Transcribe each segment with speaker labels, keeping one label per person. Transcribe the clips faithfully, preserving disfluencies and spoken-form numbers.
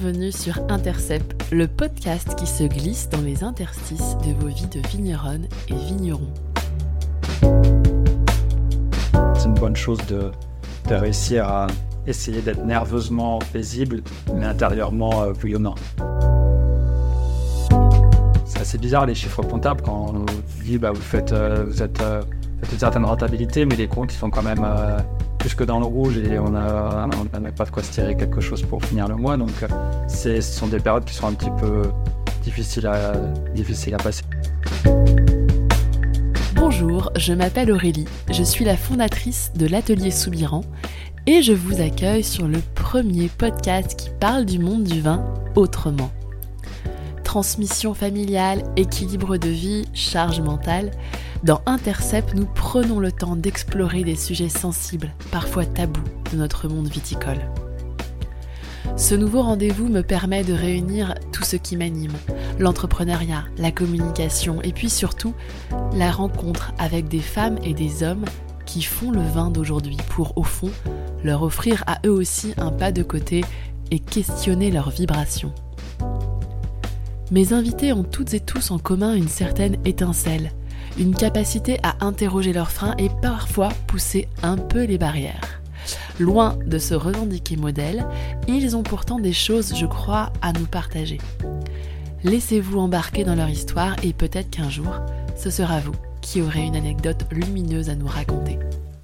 Speaker 1: bienvenue sur Intercept, le podcast qui se glisse dans les interstices de vos vies de vigneronnes et vignerons.
Speaker 2: C'est une bonne chose de, de réussir à essayer d'être nerveusement paisible, mais intérieurement euh, bouillonnant. C'est assez bizarre les chiffres comptables quand on nous dit bah, vous, faites, euh, vous êtes, euh, faites une certaine rentabilité, mais les comptes ils sont quand même euh, plus que dans le rouge et on n'a on n'a pas de quoi se tirer quelque chose pour finir le mois. Donc euh, c'est, ce sont des périodes qui sont un petit peu difficiles à, difficiles à passer.
Speaker 1: Bonjour, je m'appelle Aurélie, je suis la fondatrice de l'Atelier Soubiran et je vous accueille sur le premier podcast qui parle du monde du vin autrement. Transmission familiale, équilibre de vie, charge mentale, dans Intercept, nous prenons le temps d'explorer des sujets sensibles, parfois tabous, de notre monde viticole. Ce nouveau rendez-vous me permet de réunir tout ce qui m'anime, l'entrepreneuriat, la communication et puis surtout la rencontre avec des femmes et des hommes qui font le vin d'aujourd'hui pour, au fond, leur offrir à eux aussi un pas de côté et questionner leurs vibrations. Mes invités ont toutes et tous en commun une certaine étincelle, une capacité à interroger leurs freins et parfois pousser un peu les barrières. Loin de se revendiquer modèles, ils ont pourtant des choses, je crois, à nous partager. Laissez-vous embarquer dans leur histoire et peut-être qu'un jour, ce sera vous qui aurez une anecdote lumineuse à nous raconter.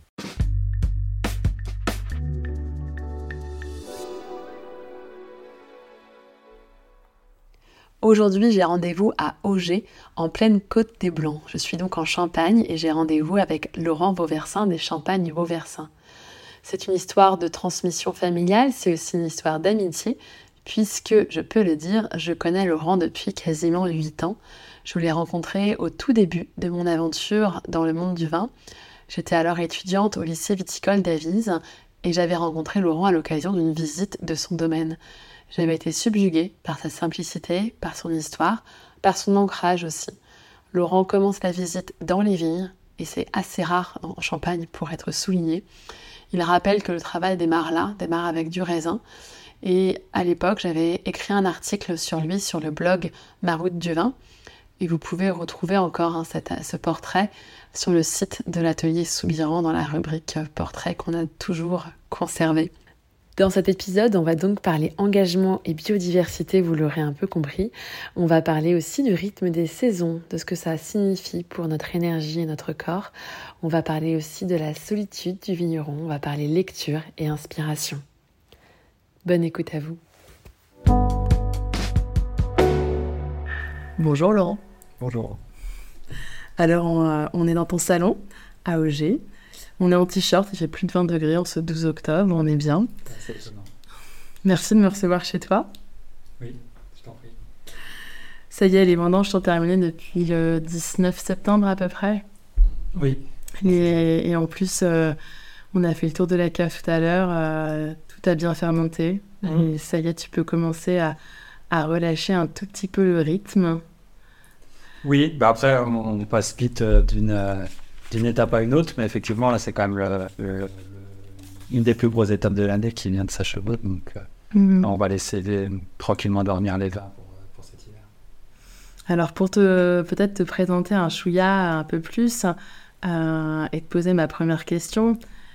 Speaker 1: Aujourd'hui, j'ai rendez-vous à Augers, en pleine Côte des Blancs. Je suis donc en Champagne et j'ai rendez-vous avec Laurent Vauversin des Champagnes Vauversin. C'est une histoire de transmission familiale, c'est aussi une histoire d'amitié, puisque, je peux le dire, je connais Laurent depuis quasiment huit ans. Je l'ai rencontré au tout début de mon aventure dans le monde du vin. J'étais alors étudiante au lycée viticole d'Avise et j'avais rencontré Laurent à l'occasion d'une visite de son domaine. J'avais été subjuguée par sa simplicité, par son histoire, par son ancrage aussi. Laurent commence la visite dans les vignes, et c'est assez rare en Champagne pour être souligné. Il rappelle que le travail démarre là, démarre avec du raisin. Et à l'époque, j'avais écrit un article sur lui sur le blog Ma Route du Vin. Et vous pouvez retrouver encore hein, cette, ce portrait sur le site de l'Atelier Soubiran dans la rubrique Portrait qu'on a toujours conservé. Dans cet épisode, on va donc parler engagement et biodiversité, vous l'aurez un peu compris. On va parler aussi du rythme des saisons, de ce que ça signifie pour notre énergie et notre corps. On va parler aussi de la solitude du vigneron, on va parler lecture et inspiration. Bonne écoute à vous.
Speaker 3: Bonjour Laurent.
Speaker 2: Bonjour.
Speaker 3: Alors on, on est dans ton salon à Augers. On est en t-shirt, il fait plus de vingt degrés en ce douze octobre, on est bien.
Speaker 2: C'est étonnant.
Speaker 3: Merci de me recevoir chez toi.
Speaker 2: Oui, je t'en prie.
Speaker 3: Ça y est, les vendanges sont terminées depuis le dix-neuf septembre à peu près.
Speaker 2: Oui.
Speaker 3: Et, et en plus, euh, on a fait le tour de la cave tout à l'heure, euh, tout a bien fermenté. Mmh. Et ça y est, tu peux commencer à, à relâcher un tout petit peu le rythme.
Speaker 2: Oui, bah après, on passe vite euh, d'une... Euh... d'une étape à une autre, mais effectivement, là, c'est quand même le, le, le, une des plus grosses étapes de l'année qui vient de s'achever. Donc, euh, mmh. on va laisser les, tranquillement dormir les vins pour, pour cet hiver.
Speaker 3: Alors, pour te, peut-être te présenter un chouïa un peu plus euh, et te poser ma première question,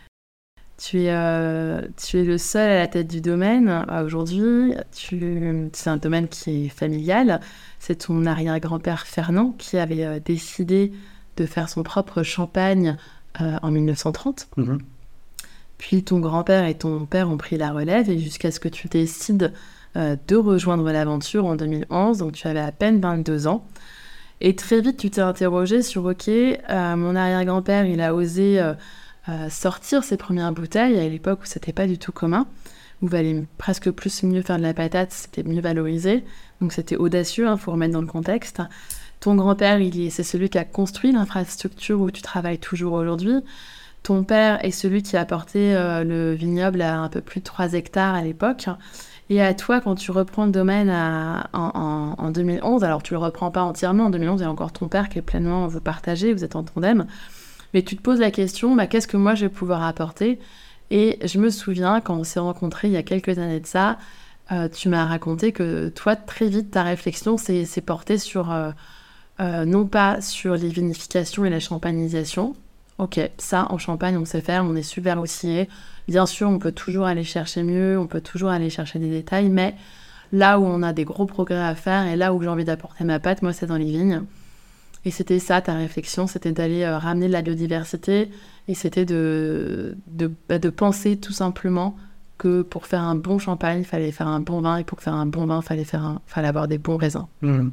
Speaker 3: tu es, euh, tu es le seul à la tête du domaine aujourd'hui. Tu, c'est un domaine qui est familial. C'est ton arrière-grand-père Fernand qui avait euh, décidé de faire son propre champagne euh, en dix-neuf cent trente. Mmh. Puis ton grand-père et ton père ont pris la relève et jusqu'à ce que tu décides euh, de rejoindre l'aventure en deux mille onze, donc tu avais à peine vingt-deux ans. Et très vite, tu t'es interrogé sur « Ok, euh, mon arrière-grand-père, il a osé euh, euh, sortir ses premières bouteilles à l'époque où c'était pas du tout commun, où il valait presque plus mieux faire de la patate, c'était mieux valorisé. Donc c'était audacieux, il hein, faut remettre dans le contexte. Ton grand-père, il est, c'est celui qui a construit l'infrastructure où tu travailles toujours aujourd'hui. Ton père est celui qui a porté euh, le vignoble à un peu plus de trois hectares à l'époque. Et à toi, quand tu reprends le domaine à, en, en, en deux mille onze, alors tu le reprends pas entièrement, en deux mille onze, il y a encore ton père qui est pleinement, vous partagez, vous êtes en tandem, mais tu te poses la question, bah, qu'est-ce que moi je vais pouvoir apporter ? Et je me souviens, quand on s'est rencontrés il y a quelques années de ça, euh, tu m'as raconté que toi, très vite, ta réflexion s'est, s'est portée sur, euh, euh, non pas sur les vinifications et la champagnisation. Ok, ça, en Champagne, on sait faire, on est super outillé. Bien sûr, on peut toujours aller chercher mieux, on peut toujours aller chercher des détails, mais là où on a des gros progrès à faire et là où j'ai envie d'apporter ma patte, moi, c'est dans les vignes. Et c'était ça, ta réflexion, c'était d'aller euh, ramener de la biodiversité et c'était de, de, bah, de penser tout simplement que pour faire un bon champagne, il fallait faire un bon vin et pour faire un bon vin, il fallait, faire un, fallait avoir des bons raisins.
Speaker 2: Mmh.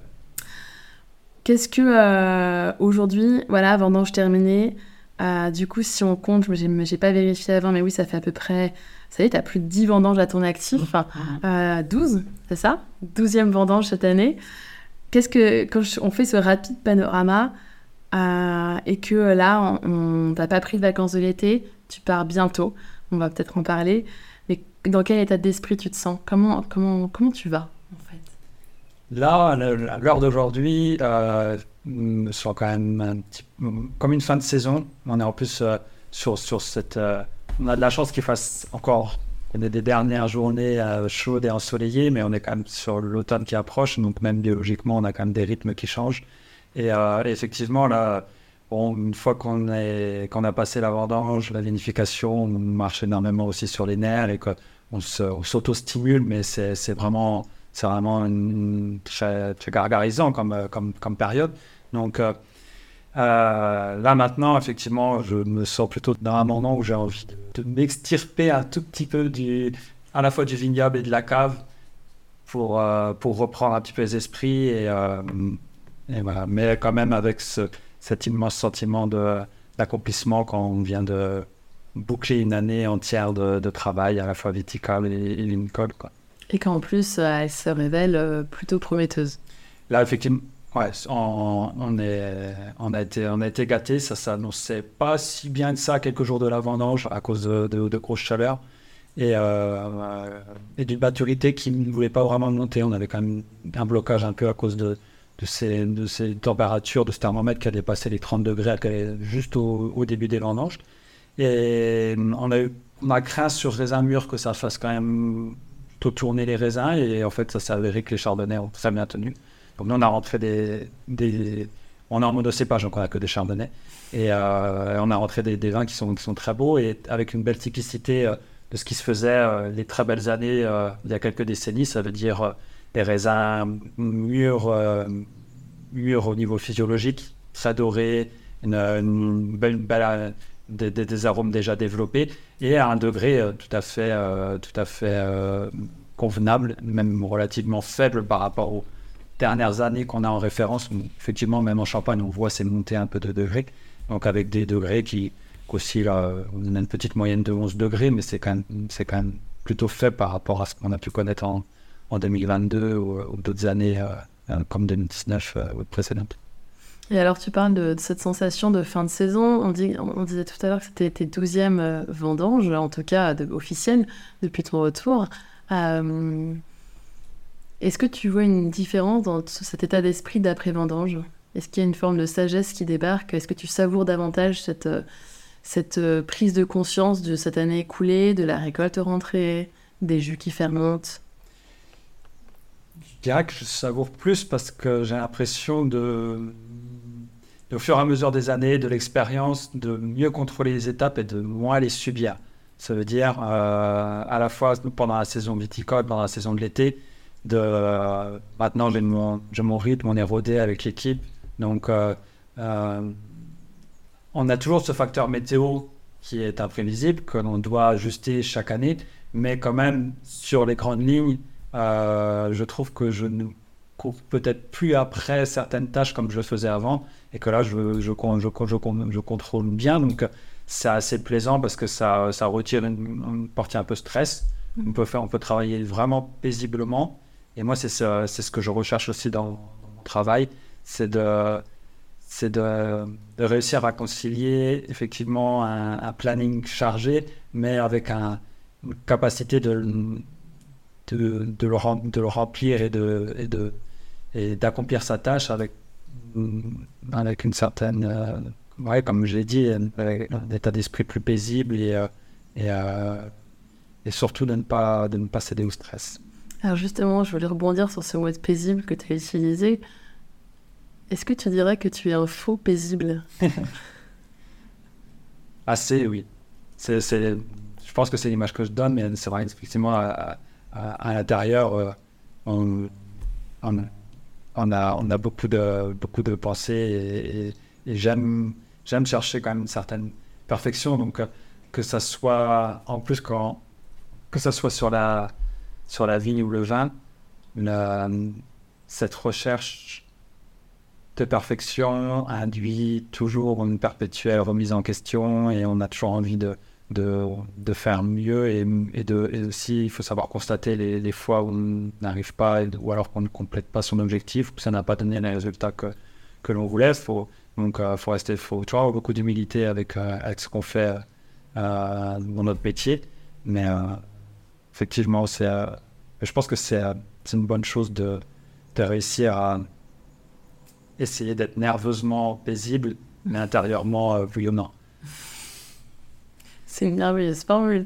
Speaker 3: Qu'est-ce que, euh, aujourd'hui, voilà, vendange terminée, euh, du coup, si on compte, j'ai, j'ai pas vérifié avant, mais oui, ça fait à peu près, ça y est, t'as plus de dix vendanges à ton actif, enfin, euh, douze, c'est ça? douzième vendange cette année. Qu'est-ce que, quand on fait ce rapide panorama euh, et que là, on t'a pas pris de vacances de l'été, tu pars bientôt, on va peut-être en parler, mais dans quel état d'esprit tu te sens? Comment, comment, comment tu vas, en fait?
Speaker 2: Là, à l'heure d'aujourd'hui, euh, je me sens quand même un petit, comme une fin de saison. On est en plus euh, sur, sur cette... Euh, on a de la chance qu'il fasse encore... On est des dernières journées euh, chaudes et ensoleillées, mais on est quand même sur l'automne qui approche, donc même biologiquement, on a quand même des rythmes qui changent. Et, euh, et effectivement, là, bon, une fois qu'on, est, qu'on a passé la vendange, la vinification, on marche énormément aussi sur les nerfs et qu'on se, on s'auto-stimule, mais c'est, c'est vraiment, c'est vraiment une, une, très, très gargarisant comme, comme, comme période. Donc, euh, Euh, là maintenant, effectivement, je me sens plutôt dans un moment où j'ai envie de, de m'extirper un tout petit peu du, à la fois du vignoble et de la cave pour, euh, pour reprendre un petit peu les esprits et, euh, et voilà. Mais quand même avec ce, cet immense sentiment de, d'accomplissement quand on vient de boucler une année entière de, de travail à la fois viticole et, et vinicole, quoi.
Speaker 3: Et qu'en plus, euh, elle se révèle euh, plutôt prometteuse.
Speaker 2: Là, effectivement. Ouais, on, on, est, on, a été, on a été gâtés, ça s'annonçait pas si bien que ça quelques jours de la vendange à cause de, de, de grosses chaleurs et, euh, et d'une maturité qui ne voulait pas vraiment monter. On avait quand même un blocage un peu à cause de, de, ces, de ces températures, de ce thermomètre qui a dépassé les trente degrés juste au, au début des vendanges. Et on a, eu, on a craint sur raisin mûr que ça fasse quand même plutôt tourner les raisins et en fait ça s'est avéré que les chardonnays ont très bien tenu. Donc nous, on a rentré des... des on est en monocépage, donc on n'a que des chardonnays. Et euh, on a rentré des, des vins qui sont, qui sont très beaux et avec une belle typicité euh, de ce qui se faisait euh, les très belles années euh, il y a quelques décennies. Ça veut dire euh, des raisins mûrs, euh, mûrs au niveau physiologique, très dorés, une, une belle, belle, des, des, des arômes déjà développés et à un degré euh, tout à fait, euh, tout à fait euh, convenable, même relativement faible par rapport au dernières années qu'on a en référence. Effectivement, même en Champagne, on voit ces montées un peu de degrés. Donc avec des degrés qui oscillent, euh, on a une petite moyenne de onze degrés, mais c'est quand même, c'est quand même plutôt faible par rapport à ce qu'on a pu connaître en, en deux mille vingt-deux ou, ou d'autres années euh, comme deux mille dix-neuf euh, ou précédentes.
Speaker 3: Et alors, tu parles de, de cette sensation de fin de saison. On, dit, on disait tout à l'heure que c'était tes douzième euh, vendange, en tout cas de, officielle, depuis ton retour. Euh, Est-ce que tu vois une différence dans cet état d'esprit d'après-vendange? Est-ce qu'il y a une forme de sagesse qui débarque? Est-ce que tu savoures davantage cette, cette prise de conscience de cette année écoulée, de la récolte rentrée, des jus qui fermentent?
Speaker 2: Je dirais que je savoure plus parce que j'ai l'impression de, de, au fur et à mesure des années, de l'expérience, de mieux contrôler les étapes et de moins les subir. Ça veut dire euh, à la fois pendant la saison viticole, pendant la saison de l'été, de euh, maintenant j'ai mon, j'ai mon rythme, on est rodé avec l'équipe, donc euh, euh, on a toujours ce facteur météo qui est imprévisible, que l'on doit ajuster chaque année, mais quand même sur les grandes lignes, euh, je trouve que je ne cours peut-être plus après certaines tâches comme je le faisais avant, et que là je, je, je, je, je, je contrôle bien, donc c'est assez plaisant parce que ça, ça retire une, une partie un peu stress. On peut faire, on peut travailler vraiment paisiblement. Et moi, c'est ce, c'est ce que je recherche aussi dans, dans mon travail, c'est de, c'est de, de réussir à concilier effectivement un, un planning chargé, mais avec un, une capacité de, de, de, le, rem, de le remplir et, de, et, de, et d'accomplir sa tâche avec, avec une certaine, euh, ouais, comme je l'ai dit, un, un état d'esprit plus paisible et, et, euh, et surtout de ne pas, de ne pas céder au stress.
Speaker 3: Alors justement, je voulais rebondir sur ce mot de paisible que tu as utilisé. Est-ce que tu dirais que tu es un faux paisible?
Speaker 2: Assez, oui. C'est, c'est, je pense que c'est l'image que je donne, mais c'est vrai, effectivement, à, à, à l'intérieur, euh, on, on, on, a, on a beaucoup de, beaucoup de pensées et, et, et j'aime, j'aime chercher quand même une certaine perfection. Donc, euh, que ça soit, en plus, quand, que ça soit sur la, sur la vigne ou le vin, la, cette recherche de perfection induit toujours une perpétuelle remise en question et on a toujours envie de, de, de faire mieux et, et, de, et aussi il faut savoir constater les, les fois où on n'arrive pas et, ou alors qu'on ne complète pas son objectif, que ça n'a pas donné les résultats que, que l'on voulait. Faut, donc il euh, faut rester, faut toujours avoir beaucoup d'humilité avec, euh, avec ce qu'on fait euh, dans notre métier, mais euh, effectivement c'est, euh, je pense que c'est, euh, c'est une bonne chose de, de réussir à essayer d'être nerveusement paisible, mais intérieurement euh, bouillonnant.
Speaker 3: C'est une merveilleuse formule.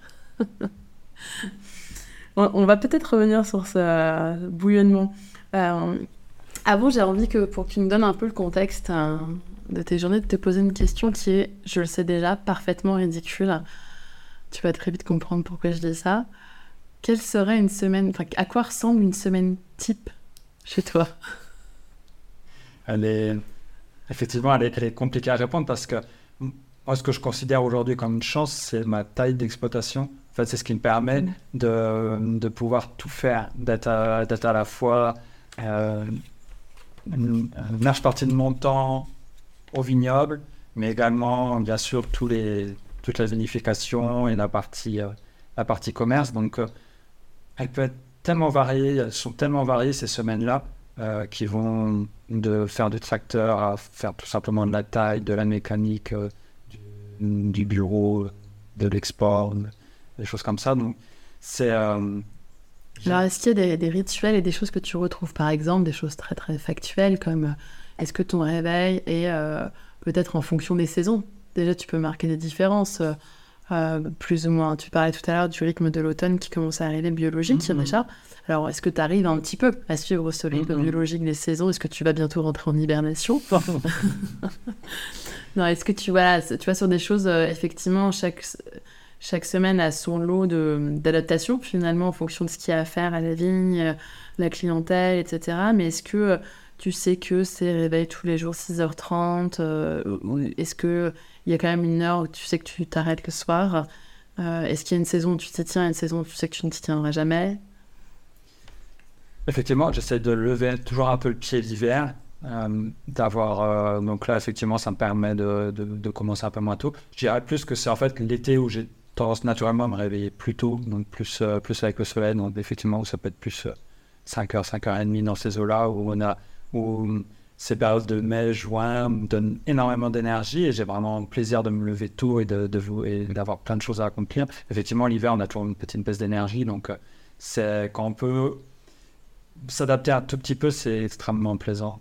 Speaker 3: on, on va peut-être revenir sur ce euh, bouillonnement. Euh, avant, j'ai envie que, pour que tu nous donnes un peu le contexte euh, de tes journées, de te poser une question qui est, je le sais déjà, parfaitement ridicule. Tu vas très vite comprendre pourquoi je dis ça. Quelle serait une semaine, enfin, à quoi ressemble une semaine type chez toi?
Speaker 2: Elle est, effectivement, elle est, elle est compliquée à répondre parce que moi, ce que je considère aujourd'hui comme une chance, c'est ma taille d'exploitation. En fait, c'est ce qui me permet mmh. de, de pouvoir tout faire, d'être à, d'être à la fois euh, une, une large partie de mon temps au vignoble, mais également, bien sûr, tous les, toute la vinification et la partie, euh, la partie commerce. Donc, euh, elle peut être tellement variée, elles sont tellement variées ces semaines-là. Euh, qui vont de faire du tracteur à faire tout simplement de la taille, de la mécanique, euh, du, du bureau, de l'export, des choses comme ça. Donc, c'est... Euh,
Speaker 3: Alors, est-ce qu'il y a des, des rituels et des choses que tu retrouves, par exemple, des choses très, très factuelles, comme euh, est-ce que ton réveil est euh, peut-être en fonction des saisons? Déjà, tu peux marquer des différences, euh, euh, plus ou moins. Tu parlais tout à l'heure du rythme de l'automne qui commence à arriver biologique, mmh. déjà. Alors, est-ce que tu arrives un petit peu à suivre ce rythme mmh. biologique des saisons? Est-ce que tu vas bientôt rentrer en hibernation? Non, est-ce que tu, voilà, tu vois, sur des choses, euh, effectivement, chaque, chaque semaine a son lot de, d'adaptation, finalement, en fonction de ce qu'il y a à faire à la vigne, euh, la clientèle, et cetera. Mais est-ce que euh, tu sais que c'est réveil tous les jours six heures trente euh, ou est-ce qu'il y a quand même une heure où tu sais que tu t'arrêtes le soir? euh, Est-ce qu'il y a une saison où tu t'y tiens et une saison où tu sais que tu ne t'y tiendras jamais?
Speaker 2: Effectivement, j'essaie de lever toujours un peu le pied l'hiver, euh, d'avoir, euh, donc là, effectivement, ça me permet de, de, de commencer un peu moins tôt. Je dirais plus que c'est en fait l'été où j'ai tendance naturellement à me réveiller plus tôt, donc plus, euh, plus avec le soleil, donc effectivement, où ça peut être plus euh, cinq heures, cinq heures trente dans ces eaux-là, où on a, où ces périodes de mai, juin me donnent énormément d'énergie et j'ai vraiment le plaisir de me lever tôt et, de, de, et d'avoir plein de choses à accomplir. Effectivement, l'hiver, on a toujours une petite baisse d'énergie, donc euh, c'est quand on peut s'adapter un tout petit peu, c'est extrêmement plaisant.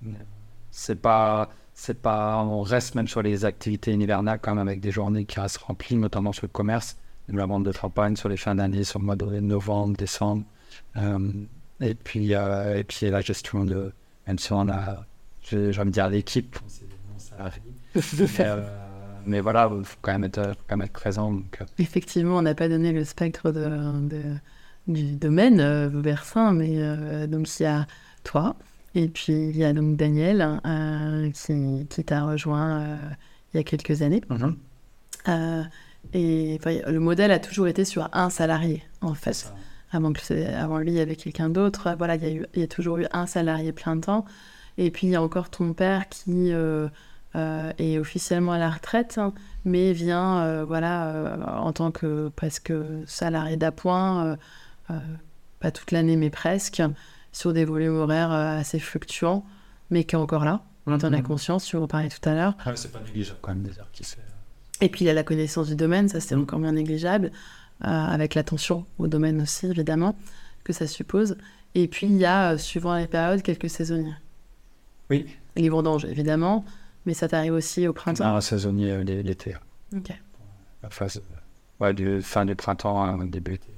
Speaker 2: C'est pas, c'est pas, on reste même sur les activités hivernales quand même avec des journées qui restent remplies, notamment sur le commerce, la vente de champagne sur les fins d'année, sur le mois de novembre, décembre, euh, et puis euh, et puis la gestion de, même si on a, j'ai envie de dire l'équipe, c'est non salarié, mais, euh, mais voilà, il faut quand même être, faut quand même être présent. Donc, euh.
Speaker 3: Effectivement, on n'a pas donné le spectre de, de... du domaine euh, Vauversin, mais euh, donc il y a toi et puis il y a donc Daniel euh, qui, qui t'a rejoint euh, il y a quelques années. Mm-hmm. Euh, et le modèle a toujours été sur un salarié en fait. Avant, que, avant lui, il y avait quelqu'un d'autre. Voilà, il y a eu, il y a toujours eu un salarié plein temps. Et puis il y a encore ton père qui euh, euh, est officiellement à la retraite, hein, mais vient euh, voilà euh, en tant que presque salarié d'appoint. Euh, Euh, pas toute l'année, mais presque, sur des volumes horaires euh, assez fluctuants, mais qui est encore là. On mm-hmm. en a conscience, tu en parlais tout à l'heure.
Speaker 2: Ah, c'est pas négligeable quand même des heures qui fait.
Speaker 3: Et puis il y a la connaissance du domaine, ça c'est mm-hmm. encore bien négligeable, euh, avec l'attention au domaine aussi, évidemment, que ça suppose. Et puis il y a, euh, suivant les périodes, quelques saisonniers.
Speaker 2: Oui.
Speaker 3: Et les vendanges, évidemment, mais ça t'arrive aussi au printemps.
Speaker 2: Ah, un saisonnier euh, l'été.
Speaker 3: Ok.
Speaker 2: La phase, ouais, du fin du printemps, hein, début été.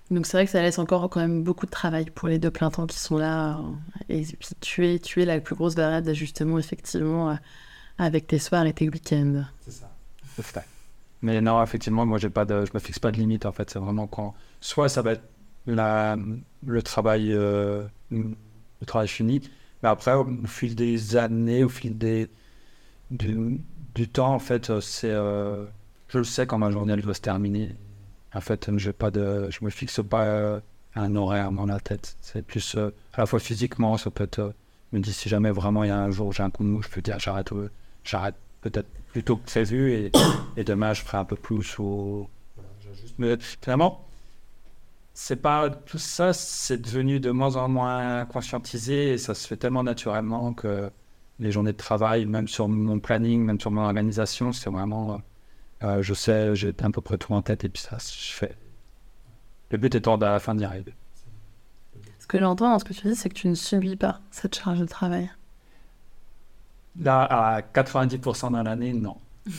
Speaker 3: Donc c'est vrai que ça laisse encore quand même beaucoup de travail pour les deux plein temps qui sont là. euh, Et puis tu es, tu es la plus grosse variable d'ajustement, effectivement, euh, avec tes soirs et tes week-ends.
Speaker 2: C'est ça. C'est vrai. Mais non, effectivement, moi, j'ai pas de, je me fixe pas de limite, en fait. C'est vraiment quand... Soit ça va être la, le travail, euh, le travail fini, mais après, au fil des années, au fil des, du, du temps, en fait, c'est... Euh, je le sais quand ma journée, elle doit se terminer. En fait, je pas de, je me fixe pas euh, un horaire dans la tête. C'est plus euh, à la fois physiquement, ça peut être... Euh, je me dis, si jamais vraiment il y a un jour où j'ai un coup de mou, je peux dire, j'arrête, euh, j'arrête peut-être plus tôt que prévu et, et demain, je ferai un peu plus au... Mais finalement, c'est pas... Tout ça, c'est devenu de moins en moins conscientisé et ça se fait tellement naturellement que les journées de travail, même sur mon planning, même sur mon organisation, c'est vraiment... Euh, je sais, j'ai à peu près tout en tête et puis ça, je fais. Le but étant à la fin d'y arriver.
Speaker 3: Ce que j'entends dans ce que tu dis, c'est que tu ne subis pas cette charge de travail.
Speaker 2: Là, à quatre-vingt-dix pour cent dans l'année, non.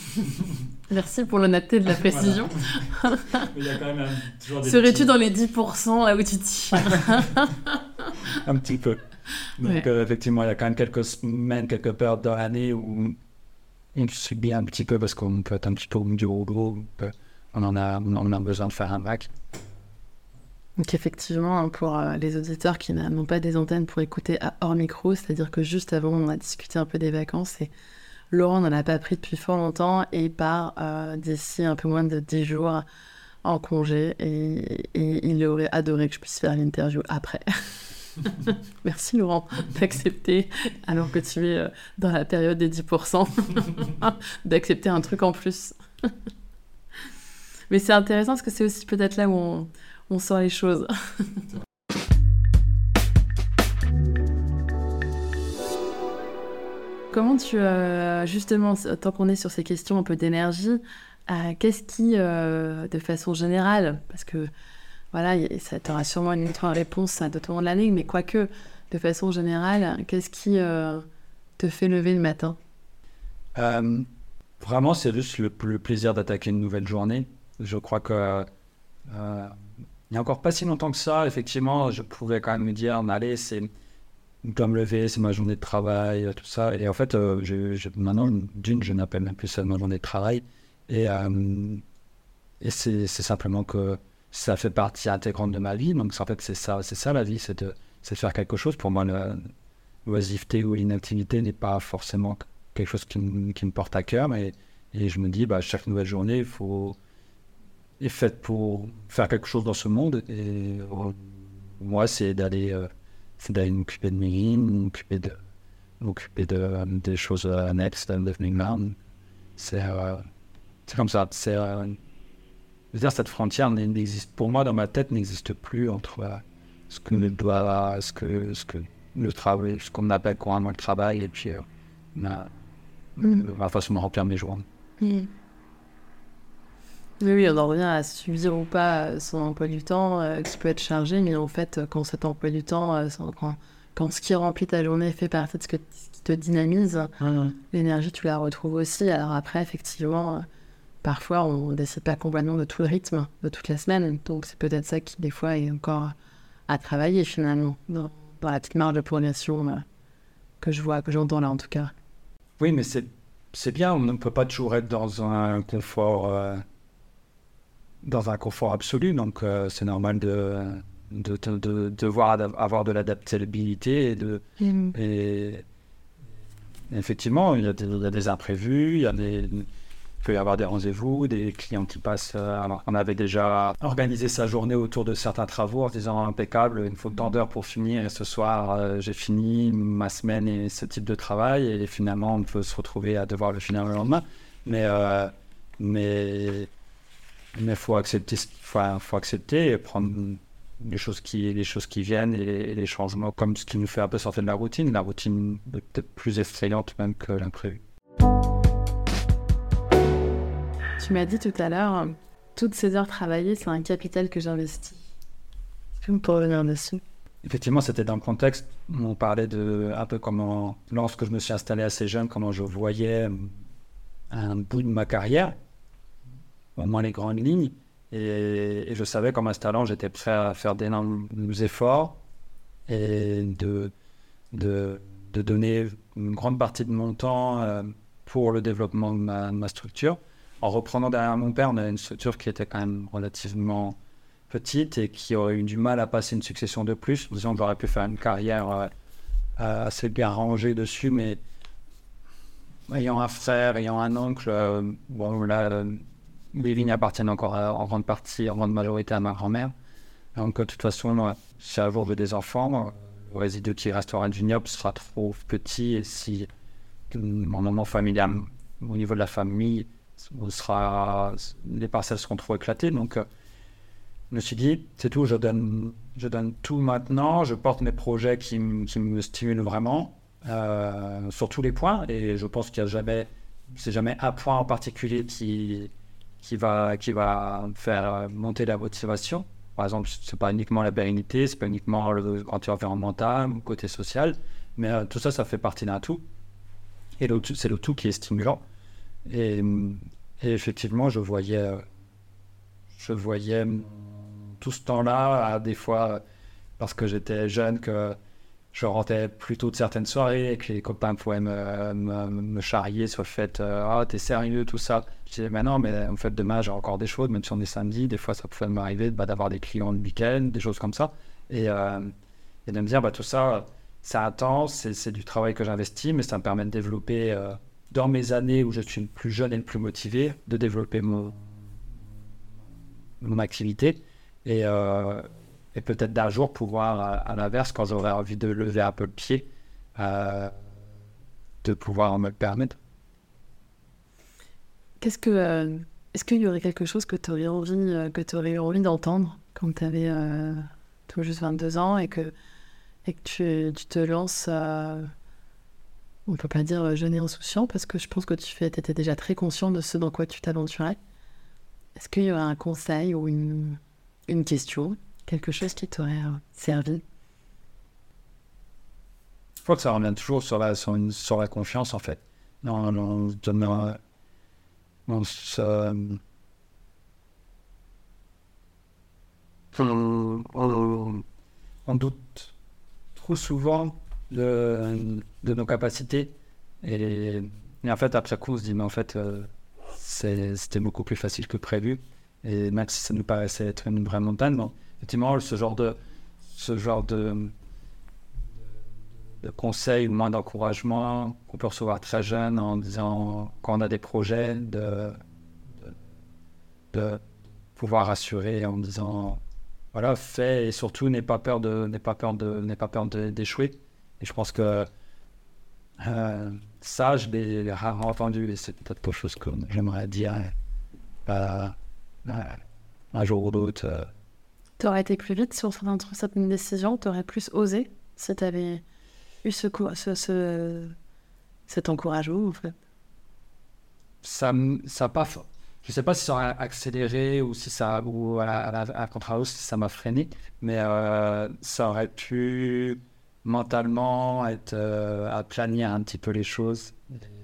Speaker 3: Merci pour l'honnêteté de la précision.
Speaker 2: Voilà. Il y a quand même un, toujours des
Speaker 3: Serais-tu
Speaker 2: petits...
Speaker 3: dans les dix pour cent là où tu tires?
Speaker 2: Un petit peu. Donc,
Speaker 3: Ouais.
Speaker 2: euh, effectivement, il y a quand même quelques semaines, quelques périodes dans l'année où on subit un petit peu parce qu'on peut être un petit peu au milieu au boulot. On en a, on en a besoin de faire un bac.
Speaker 3: Donc effectivement, pour euh, les auditeurs qui n'a- n'ont pas des antennes pour écouter à hors micro, c'est-à-dire que juste avant, on a discuté un peu des vacances et Laurent n'en a pas pris depuis fort longtemps et part euh, d'ici un peu moins de dix jours en congé et, et il aurait adoré que je puisse faire l'interview après. Merci Laurent d'accepter, alors que tu es euh, dans la période des dix pour cent, d'accepter un truc en plus. Mais c'est intéressant parce que c'est aussi peut-être là où on, on sent les choses. Comment tu, euh, justement, tant qu'on est sur ces questions un peu d'énergie, euh, qu'est-ce qui, euh, de façon générale, parce que voilà, y- ça t'aura sûrement une autre réponse à tout au long de l'année, mais quoique, de façon générale, qu'est-ce qui euh, te fait lever le matin?
Speaker 2: Euh, vraiment, c'est juste le, le plaisir d'attaquer une nouvelle journée. Je crois que euh, il n'y a encore pas si longtemps que ça, effectivement, je pouvais quand même me dire, allez, c'est je dois me lever, c'est ma journée de travail, tout ça. Et en fait, euh, je, je- maintenant, d'une, je n'appelle même plus ça ma journée de travail. Et, euh, et c'est, c'est simplement que ça fait partie intégrante de ma vie. Donc, en fait, c'est ça, c'est ça la vie, c'est de, c'est de faire quelque chose. Pour moi, la l'oisiveté ou l'inactivité n'est pas forcément quelque chose qui, me- qui me porte à cœur. Mais, et je me dis, bah, chaque nouvelle journée, il faut, est faite pour faire quelque chose dans ce monde. Et euh, moi, c'est d'aller... euh, c'est d'aller m'occuper de mes lignes, m'occuper de, m'occuper de, euh, des choses euh, annexes de devenir là. C'est, euh, c'est comme ça. C'est, euh, je veux dire, cette frontière n'existe, pour moi, dans ma tête, n'existe plus entre euh, ce que le doit, ce que, ce que le travail, ce qu'on appelle couramment le travail, et puis euh, ma,
Speaker 3: Mm.
Speaker 2: ma façon de remplir mes journées.
Speaker 3: Oui, oui, on en revient à subir ou pas son emploi du temps, euh, qui peut être chargé, mais en fait, quand cet emploi du temps, euh, sans- quand, quand ce qui remplit ta journée fait partie de ce, que, ce qui te dynamise, l'énergie, tu la retrouves aussi. Alors après, effectivement, euh, parfois, on ne décide pas complètement de tout le rythme de toute la semaine, donc c'est peut-être ça qui, des fois, est encore à travailler, finalement, dans, dans la petite marge de progression euh, que je vois, que j'entends là, en tout cas.
Speaker 2: Oui, mais c'est, c'est bien, on ne peut pas toujours être dans un confort, euh, dans un confort absolu, donc euh, c'est normal de, de, de, de devoir ad- avoir de l'adaptabilité et de, et effectivement, il y a des, il y a des imprévus, il y a des, il peut y avoir des rendez-vous, des clients qui passent. euh, alors, on avait déjà organisé sa journée autour de certains travaux en se disant impeccable, il me faut tant d'heures pour finir et ce soir euh, j'ai fini ma semaine et ce type de travail et finalement on peut se retrouver à devoir le finir le lendemain. Mais euh, mais mais faut accepter, faut, faut accepter et prendre les choses qui les choses qui viennent et, et les changements comme ce qui nous fait un peu sortir de la routine. La routine est peut-être plus effrayante même que l'imprévu.
Speaker 3: Tu m'as dit tout à l'heure, toutes ces heures travaillées, c'est un capital que j'investis. Est-ce que vous pouvez revenir dessus?
Speaker 2: Effectivement, c'était dans le contexte où on parlait de un peu comment, lorsque je me suis installé assez jeune, comment je voyais un bout de ma carrière, au moins les grandes lignes. Et, et je savais qu'en m'installant, j'étais prêt à faire d'énormes efforts et de, de, de donner une grande partie de mon temps euh, pour le développement de ma, de ma structure. En reprenant derrière mon père, on avait une structure qui était quand même relativement petite et qui aurait eu du mal à passer une succession de plus. Disons que j'aurais pu faire une carrière euh, assez bien rangée dessus, mais ayant un frère, ayant un oncle, euh, bon là, euh, les lignes appartiennent encore à, en grande partie, en grande majorité à ma grand-mère. Donc de toute façon, moi, si un jour j'ai des enfants, euh, le résidu qui restera du N I O P sera trop petit, et si mon moment familial, au niveau de la famille, on sera, les parcelles seront trop éclatées. Donc euh, je me suis dit, c'est tout, je donne, je donne tout maintenant, je porte mes projets qui, m- qui me stimulent vraiment, euh, sur tous les points, et je pense qu'il n'y a jamais, c'est jamais un point en particulier qui, qui, va, qui va faire monter la motivation. Par exemple, c'est pas uniquement la pérennité, c'est pas uniquement le côté environnemental, le côté social, mais euh, tout ça, ça fait partie d'un tout. Et le tout- c'est le tout qui est stimulant. Et, et effectivement, je voyais, euh, je voyais tout ce temps-là, à des fois, parce que j'étais jeune, que je rentrais plus tôt de certaines soirées et que les copains pouvaient me, me, me charrier sur le fait euh, ah, t'es sérieux, tout ça. Je disais, mais non, mais en fait, demain, j'ai encore des choses, même si on est samedi, des fois, ça pouvait m'arriver bah, d'avoir des clients le week-end, des choses comme ça. Et, euh, et de me dire, bah, tout ça, c'est intense, c'est, c'est du travail que j'investis, mais ça me permet de développer, euh, dans mes années où je suis le plus jeune et le plus motivé, de développer mon, mon activité. Et, euh, et peut-être d'un jour pouvoir, à, à l'inverse, quand j'aurai envie de lever un peu le pied, euh, de pouvoir me le permettre.
Speaker 3: Qu'est-ce que, euh, est-ce qu'il y aurait quelque chose que tu aurais envie, euh, que tu aurais envie d'entendre quand tu avais euh, tout juste vingt-deux ans et que, et que tu, tu te lances, euh, on ne peut pas dire jeune et insouciant parce que je pense que tu étais déjà très conscient de ce dans quoi tu t'aventurais. Est-ce qu'il y aurait un conseil ou une, une question, quelque chose qui t'aurait euh, servi?
Speaker 2: Je crois que ça revient toujours sur la, sur une, sur la confiance, en fait. Non, non, on se donne, euh, on se, euh, on, on- on doute trop souvent de, de nos capacités. Et, et en fait, après coup, on se dit, mais en fait, euh, c'est- c'était beaucoup plus facile que prévu. Et même si ça nous paraissait être une vraie montagne, bon, effectivement, ce genre de, ce genre de, de conseils ou moins d'encouragement qu'on peut recevoir très jeune en disant, quand on a des projets, de, de, de pouvoir rassurer en disant, voilà, fais et surtout n'aie pas peur de, n'aie pas peur de, n'aie pas peur de- d'échouer. Et je pense que euh, ça, je l'ai rarement entendu et c'est peut-être quelque chose que j'aimerais dire euh, euh, un jour ou l'autre. Euh.
Speaker 3: T'aurais été plus vite sur certaines certaines décisions, t'aurais plus osé si t'avais eu ce, cou- ce, ce, cet encouragement, en fait.
Speaker 2: Ça, m- ça a pas, f- je sais pas si ça a accéléré ou si ça, ou à, à, la- à contrario, si ça m'a freiné, mais euh, ça aurait pu mentalement être euh, aplanir un petit peu les choses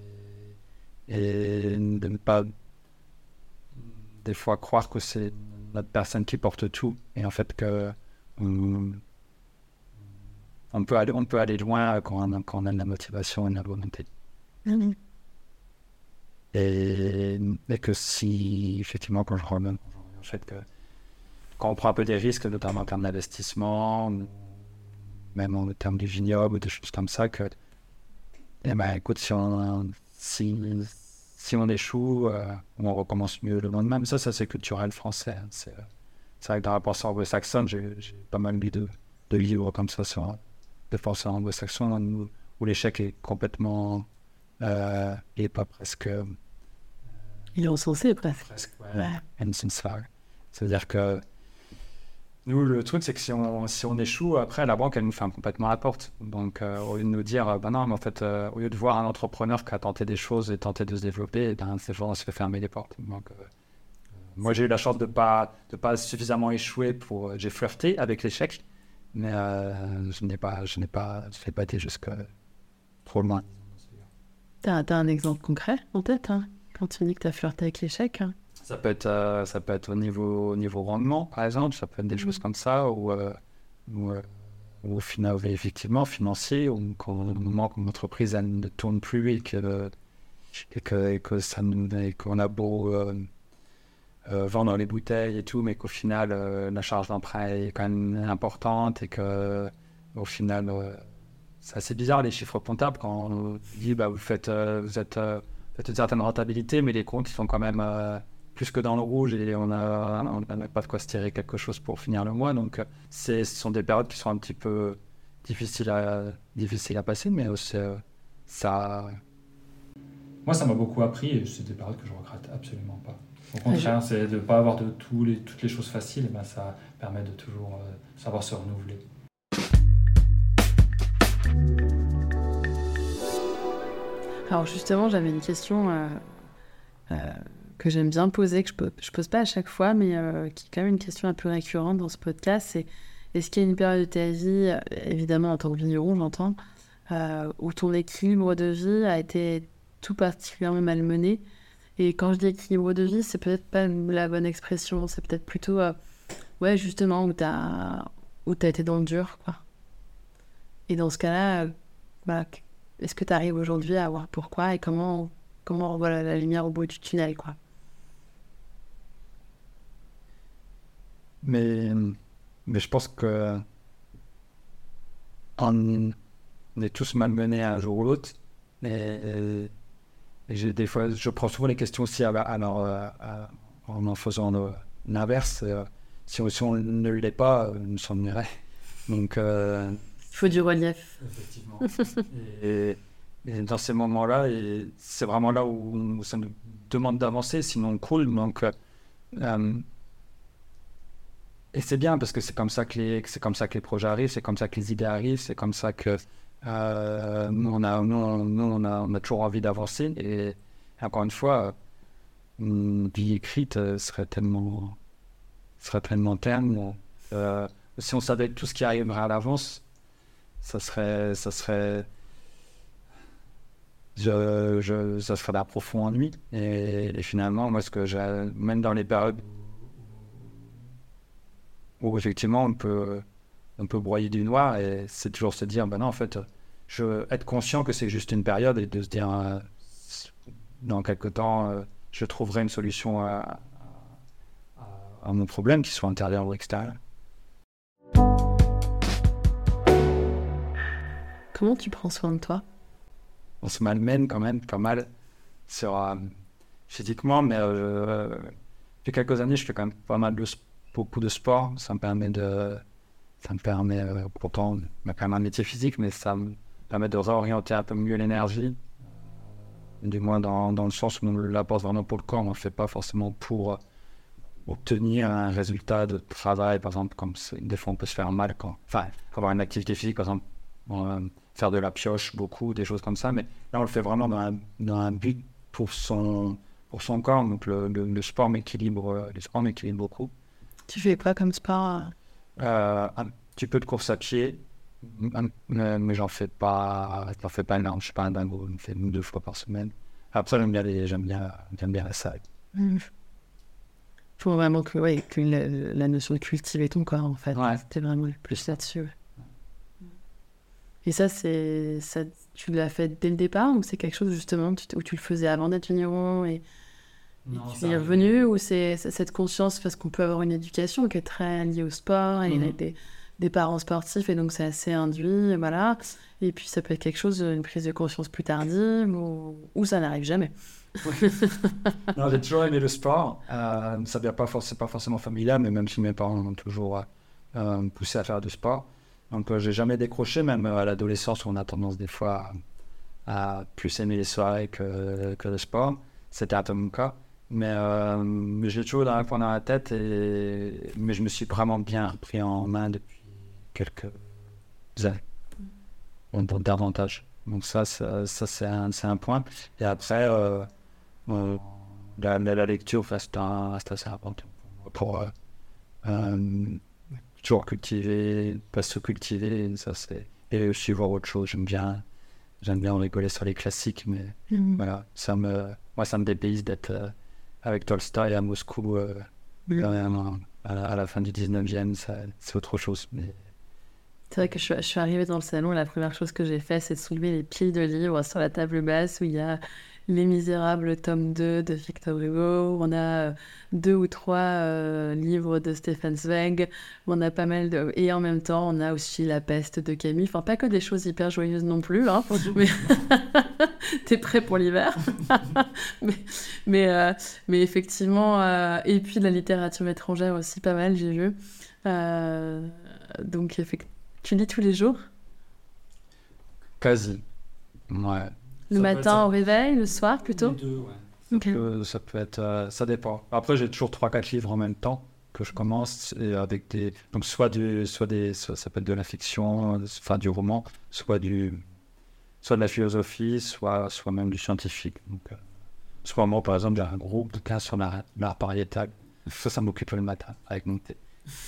Speaker 2: et de ne pas des fois croire que c'est notre personne qui porte tout et en fait que on, on peut aller, on peut aller loin quand on a, quand on a de la motivation et de la volonté.
Speaker 3: Mhm.
Speaker 2: Et, et que si, effectivement, quand je reviens au fait que quand on prend un peu des risques, notamment en termes d'investissement, même en termes du vignoble ou des choses comme ça, que, eh ben, écoute, si on, si, si on échoue, euh, on recommence mieux le lendemain. Mais ça, ça c'est culturel français. Hein. C'est, euh, c'est vrai que dans la pensée anglo-saxonne, j'ai, j'ai pas mal lu de, de livres comme ça sur de pensée anglo-saxonne où, où l'échec est complètement, euh, et pas presque.
Speaker 3: Il est encensé, presque.
Speaker 2: Presque,
Speaker 3: Ouais.
Speaker 2: ouais. Ensensfall. C'est-à-dire que nous, le truc, c'est que si on, si on échoue, après, la banque, elle nous ferme complètement la porte. Donc, euh, au lieu de nous dire, euh, ben non, mais en fait, euh, au lieu de voir un entrepreneur qui a tenté des choses et tenté de se développer, ben, ces gens, on se fait fermer les portes. Donc, euh, moi, j'ai eu la chance de ne pas, de pas suffisamment échouer pour... J'ai flirté avec l'échec, mais euh, je n'ai pas, je n'ai pas, je n'ai pas été jusque trop loin.
Speaker 3: T'as, t'as un exemple concret en tête, hein, quand tu dis que t'as flirté avec l'échec, hein?
Speaker 2: Ça peut être, euh, ça peut être au niveau, au niveau rendement, par exemple, ça peut être des mmh. choses comme ça, ou, euh, ou, euh, ou au final, effectivement, financier, ou qu'au moment où l'entreprise elle ne tourne plus et, que, et, que, et, que ça, et qu'on a beau euh, euh, vendre les bouteilles et tout, mais qu'au final, euh, la charge d'emprunt est quand même importante et que, au final, euh, c'est assez bizarre les chiffres comptables quand on dit bah, vous, faites, euh, vous êtes, euh, faites une certaine rentabilité, mais les comptes ils sont quand même euh, plus que dans le rouge et on n'a on a pas de quoi se tirer quelque chose pour finir le mois. Donc, c'est, ce sont des périodes qui sont un petit peu difficiles à, difficiles à passer, mais aussi, euh, ça.
Speaker 4: Moi, ça m'a beaucoup appris et c'est des périodes que je regrette absolument pas. Au contraire, c'est de ne pas avoir de tous les, toutes les choses faciles, et ben ça permet de toujours euh, savoir se renouveler.
Speaker 3: Alors justement, j'avais une question euh, euh, que j'aime bien poser, que je ne je pose pas à chaque fois, mais euh, qui est quand même une question un peu récurrente dans ce podcast. C'est est-ce qu'il y a une période de ta vie, euh, évidemment en tant que vigneron, j'entends, euh, où ton équilibre de vie a été tout particulièrement malmené? Et quand je dis équilibre de vie, c'est peut-être pas la bonne expression, c'est peut-être plutôt, euh, ouais, justement, où tu as où t'as été dans le dur, quoi. Et dans ce cas-là, euh, bah, est-ce que tu arrives aujourd'hui à voir pourquoi et comment, comment on voit la, la lumière au bout du tunnel, quoi?
Speaker 2: Mais, mais je pense que on est tous malmenés un jour ou l'autre. Et, et j'ai des fois, je prends souvent les questions aussi à, alors, à, à, en en faisant le, l'inverse. Euh, si, si on ne l'est pas, on nous s'ennuierait. Donc, euh,
Speaker 3: il faut du relief.
Speaker 2: Effectivement. et, et dans ces moments-là, et c'est vraiment là où, où ça nous demande d'avancer, sinon on coule. Donc, euh, et c'est bien parce que c'est comme ça que les, c'est comme ça que les projets arrivent, c'est comme ça que les idées arrivent, c'est comme ça que euh, nous, on a, nous, nous, on a, on a toujours envie d'avancer. Et encore une fois, une vie écrite serait tellement, serait tellement terne. Euh, si on savait tout ce qui arriverait à l'avance, ça serait, ça serait, je, je, ça serait d'un profond ennui. Et, et finalement, moi, ce que j'ai, même dans les périodes où effectivement on peut, on peut broyer du noir, et c'est toujours se dire, ben non, en fait, je être conscient que c'est juste une période et de se dire, euh, dans quelque temps, euh, je trouverai une solution à, à, à mon problème, qu'il soit intérieur ou extérieur.
Speaker 3: Comment tu prends soin de toi?
Speaker 2: On se malmène quand même pas mal sur, euh, physiquement, mais euh, depuis quelques années, je fais quand même pas mal de sport. Beaucoup de sport, ça me permet de, ça me permet, euh, pourtant, il y a quand même un métier physique, mais ça me permet de réorienter un peu mieux l'énergie, du moins dans, dans le sens où on l'apporte vraiment pour le corps, on ne le fait pas forcément pour euh, obtenir un résultat de travail, par exemple, comme des fois on peut se faire mal, quand, enfin, avoir une activité physique, par exemple, euh, faire de la pioche beaucoup, des choses comme ça, mais là on le fait vraiment dans un, dans un but pour son, pour son corps, donc le, le, le sport m'équilibre, le sport m'équilibre beaucoup.
Speaker 3: Tu fais quoi comme sport?
Speaker 2: euh, Un petit peu de course à pied, un, mais j'en fais pas, j'en fais pas énorme. Je suis pas un dingo, je me fais une ou deux fois par semaine. Après, j'aime bien, les, j'aime bien, j'aime bien la salle.
Speaker 3: Il faut vraiment que, ouais, que la, la notion de cultiver ton corps, en fait.
Speaker 2: Ouais.
Speaker 3: C'était vraiment plus là-dessus. Ouais. Et ça, c'est, ça, tu l'as fait dès le départ ou c'est quelque chose justement tu, où tu le faisais avant d'être vigneron et
Speaker 4: Non,
Speaker 3: tu es revenu, ou c'est, c'est cette conscience parce qu'on peut avoir une éducation qui est très liée au sport et mm-hmm. il a des, des parents sportifs et donc c'est assez induit, voilà. Et puis ça peut être quelque chose, une prise de conscience plus tardive ou, ou ça n'arrive jamais.
Speaker 2: Non, j'ai toujours aimé le sport. Euh, ça vient pas forcément, c'est pas forcément familial, mais même si mes parents m'ont toujours euh, poussé à faire du sport. Donc euh, j'ai jamais décroché, même à l'adolescence où on a tendance des fois à, à plus aimer les soirées que, que le sport. C'était un peu mon cas. Mais euh, j'ai toujours dans la pointe dans la tête, et, mais je me suis vraiment bien repris en main depuis quelques années, mm. davantage. Donc ça, ça, ça c'est, un, c'est un point. Et après, euh, euh, la, la, la lecture reste, un, reste assez important pour euh, euh, toujours cultiver, pas se cultiver, ça c'est, et aussi voir autre chose. J'aime bien, j'aime bien rigoler sur les classiques, mais mm. voilà, ça me, moi ça me dépayse d'être euh, avec Tolstoï à Moscou, euh, oui. quand même, à la, à la fin du dix-neuvième, ça, c'est autre chose. Mais...
Speaker 3: C'est vrai que je suis, je suis arrivée dans le salon et la première chose que j'ai fait, c'est de soulever les piles de livres sur la table basse où il y a Les Misérables, tome deux de Victor Hugo, on a deux ou trois euh, livres de Stefan Zweig, on a pas mal de... Et en même temps, on a aussi La Peste de Camus, enfin pas que des choses hyper joyeuses non plus, hein, mais... T'es prêt pour l'hiver. mais, mais, euh, mais effectivement, euh... et puis de la littérature étrangère aussi, pas mal, j'ai vu. Euh... Donc effectivement, tu lis tous les jours?
Speaker 2: Quasi, ouais.
Speaker 3: Le
Speaker 2: ça
Speaker 3: matin au réveil, le soir plutôt?
Speaker 4: Les deux, ouais.
Speaker 3: Okay.
Speaker 2: Euh, ça peut être, euh, ça dépend. Après, j'ai toujours trois quatre livres en même temps que je commence et avec des, donc soit du, soit des, soit, ça peut être de la fiction, enfin du roman, soit du, soit de la philosophie, soit, soit même du scientifique. Donc, euh, soit moi, par exemple, j'ai un gros bouquin sur l'art, l'art pariétal. Ça, ça m'occupe le matin avec mon thé.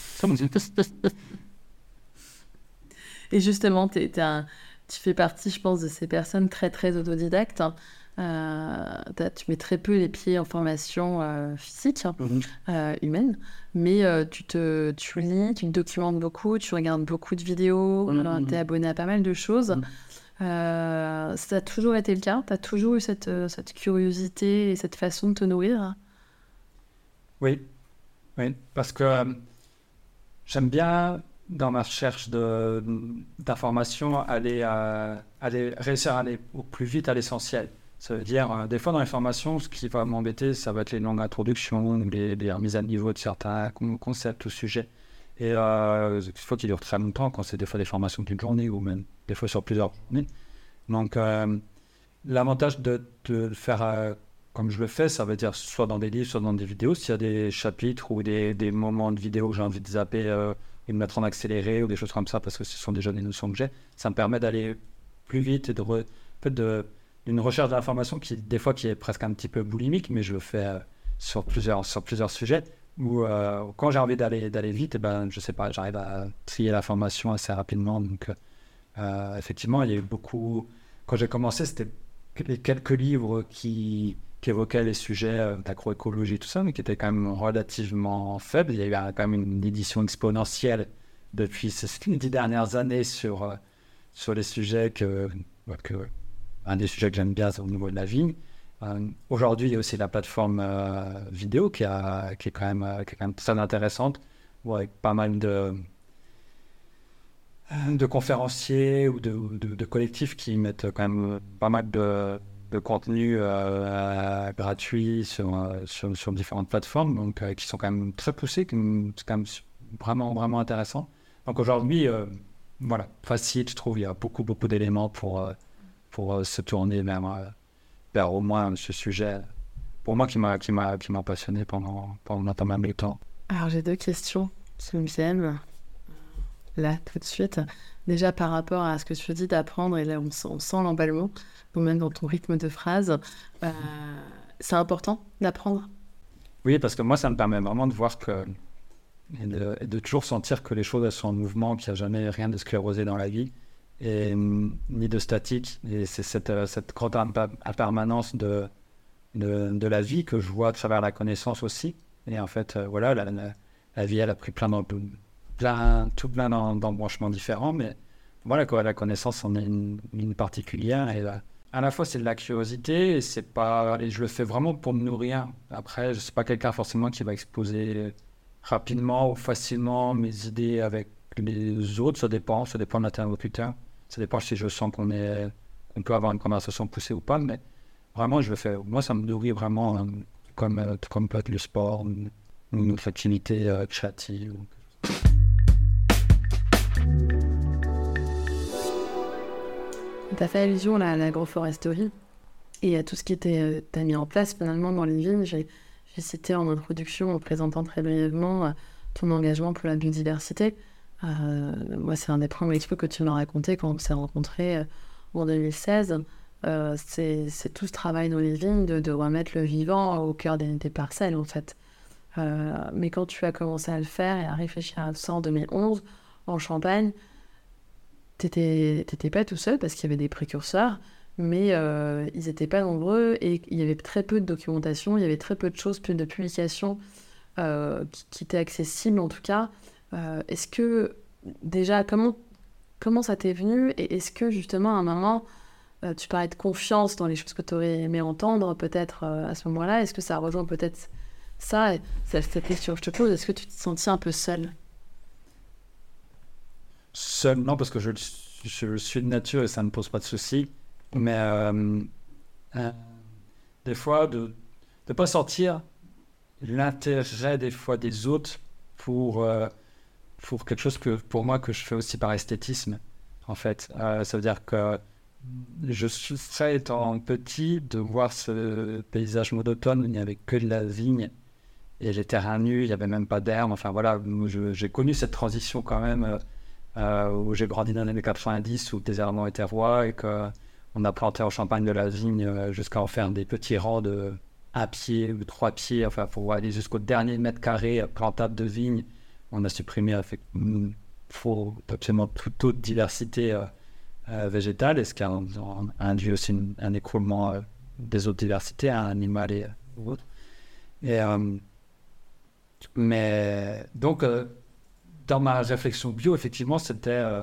Speaker 3: Et justement, t'es, t'es un, tu fais partie, je pense, de ces personnes très, très autodidactes. Euh, tu mets très peu les pieds en formation euh, physique, mm-hmm. euh, humaine, mais euh, tu, te, tu lis, tu te documentes beaucoup, tu regardes beaucoup de vidéos, mm-hmm. tu es abonné à pas mal de choses. Mm-hmm. Euh, ça a toujours été le cas? Tu as toujours eu cette, cette curiosité et cette façon de te nourrir?
Speaker 2: Oui, oui, parce que euh, j'aime bien... dans ma recherche de, d'informations, aller, à, aller réussir à aller au plus vite à l'essentiel. Ça veut dire, euh, des fois dans les formations, ce qui va m'embêter, ça va être les longues introductions, les, les remises à niveau de certains concepts ou sujets. Et euh, il faut qu'ils durent très longtemps, quand c'est des fois des formations d'une journée ou même des fois sur plusieurs journées. Donc, euh, l'avantage de, de le faire euh, comme je le fais, ça veut dire soit dans des livres, soit dans des vidéos. S'il y a des chapitres ou des, des moments de vidéo que j'ai envie de zapper, euh, et me mettre en accéléré ou des choses comme ça, parce que ce sont déjà des notions que j'ai, ça me permet d'aller plus vite et de, re, en fait de d'une recherche d'information qui, des fois, qui est presque un petit peu boulimique, mais je le fais euh, sur, plusieurs, sur plusieurs sujets, où euh, quand j'ai envie d'aller, d'aller vite, et ben, je sais pas, j'arrive à trier l'information assez rapidement. Donc, euh, effectivement, il y a eu beaucoup... Quand j'ai commencé, c'était les quelques livres qui... qui évoquait les sujets d'agroécologie, tout ça, mais qui était quand même relativement faible. Il y a eu quand même une édition exponentielle depuis ces dix dernières années sur, euh, sur les sujets que, que... Un des sujets que j'aime bien, c'est au niveau de la vigne. Euh, aujourd'hui, il y a aussi la plateforme euh, vidéo qui, a, qui, est quand même, euh, qui est quand même très intéressante, avec pas mal de, de conférenciers ou de, de, de collectifs qui mettent quand même pas mal de... de contenu euh, euh, gratuit sur, euh, sur, sur différentes plateformes, donc euh, qui sont quand même très poussés, qui, c'est quand même vraiment, vraiment intéressant. Donc aujourd'hui, euh, voilà, facile, je trouve, il y a beaucoup, beaucoup d'éléments pour, euh, pour euh, se tourner vers, euh, vers au moins ce sujet, pour moi, qui m'a, qui m'a, qui m'a passionné pendant, pendant pas mal de temps.
Speaker 3: Alors j'ai deux questions qui me viennent là, tout de suite. Déjà, par rapport à ce que tu dis d'apprendre, et là, on sent, on sent l'emballement, ou même dans ton rythme de phrase, euh, c'est important d'apprendre?
Speaker 2: Oui, parce que moi, ça me permet vraiment de voir que... Et de, et de toujours sentir que les choses, elles sont en mouvement, qu'il n'y a jamais rien de sclérosé dans la vie, et ni de statique. Et c'est cette, cette grande impermanence de, de, de la vie que je vois à travers la connaissance aussi. Et en fait, euh, voilà, la, la, la vie, elle a pris plein d'embranchements. Plein, tout plein d'embranchements différents, mais voilà quoi, la connaissance en est une, une particulière, et là, à la fois c'est de la curiosité, et, c'est pas, et je le fais vraiment pour me nourrir. Après, je ne suis pas quelqu'un forcément qui va exposer rapidement ou facilement mes idées avec les autres, ça dépend, ça dépend de l'interlocuteur, ça dépend si je sens qu'on, est, qu'on peut avoir une conversation poussée ou pas, mais vraiment je le fais, moi ça me nourrit vraiment, hein, comme, comme peut être le sport, une, une autre activité euh, créative.
Speaker 3: Tu as fait allusion à l'agroforesterie et à tout ce qui était euh, t'as mis en place finalement dans les vignes. J'ai, j'ai cité en introduction, en présentant très brièvement euh, ton engagement pour la biodiversité. Euh, moi, c'est un des premiers expos que tu m'as raconté quand on s'est rencontrés euh, en deux mille seize. Euh, c'est, c'est tout ce travail dans les vignes de, de remettre le vivant au cœur des, des parcelles, en fait. Euh, mais quand tu as commencé à le faire et à réfléchir à ça en deux mille onze, en Champagne, t'étais, t'étais pas tout seul parce qu'il y avait des précurseurs, mais euh, ils n'étaient pas nombreux et il y avait très peu de documentation, il y avait très peu de choses, peu de publications euh, qui, qui étaient accessibles en tout cas. Euh, est-ce que, déjà, comment, comment ça t'est venu et est-ce que justement à un moment, euh, tu parlais de confiance dans les choses que tu aurais aimé entendre peut-être euh, à ce moment-là, est-ce que ça rejoint peut-être ça, c'est cette question que je te pose, est-ce que tu te sentis un peu seul?
Speaker 2: Seul, non, parce que je, je suis de nature et ça ne me pose pas de soucis. Mais euh, euh, des fois, de ne pas sortir l'intérêt des fois des autres pour, euh, pour quelque chose que pour moi que je fais aussi par esthétisme, en fait. Euh, ça veut dire que je souffrais étant petit de voir ce paysage monotone où il n'y avait que de la vigne et les terrains nus, il n'y avait même pas d'herbe. Enfin voilà, je, j'ai connu cette transition quand même. Euh, Euh, où j'ai grandi dans les années quatre-vingt-dix où des errements étaient rois et qu'on a planté en Champagne de la vigne euh, jusqu'à en faire des petits rangs de un pied ou trois pieds, enfin pour aller jusqu'au dernier mètre carré plantable de vigne. On a supprimé avec, mm, pour absolument toute autre diversité euh, euh, végétale, et ce qui a, a induit aussi une, un écroulement euh, des autres diversités, hein, animales et euh, autres. Et, euh, mais donc euh, dans ma réflexion bio, effectivement, c'était euh,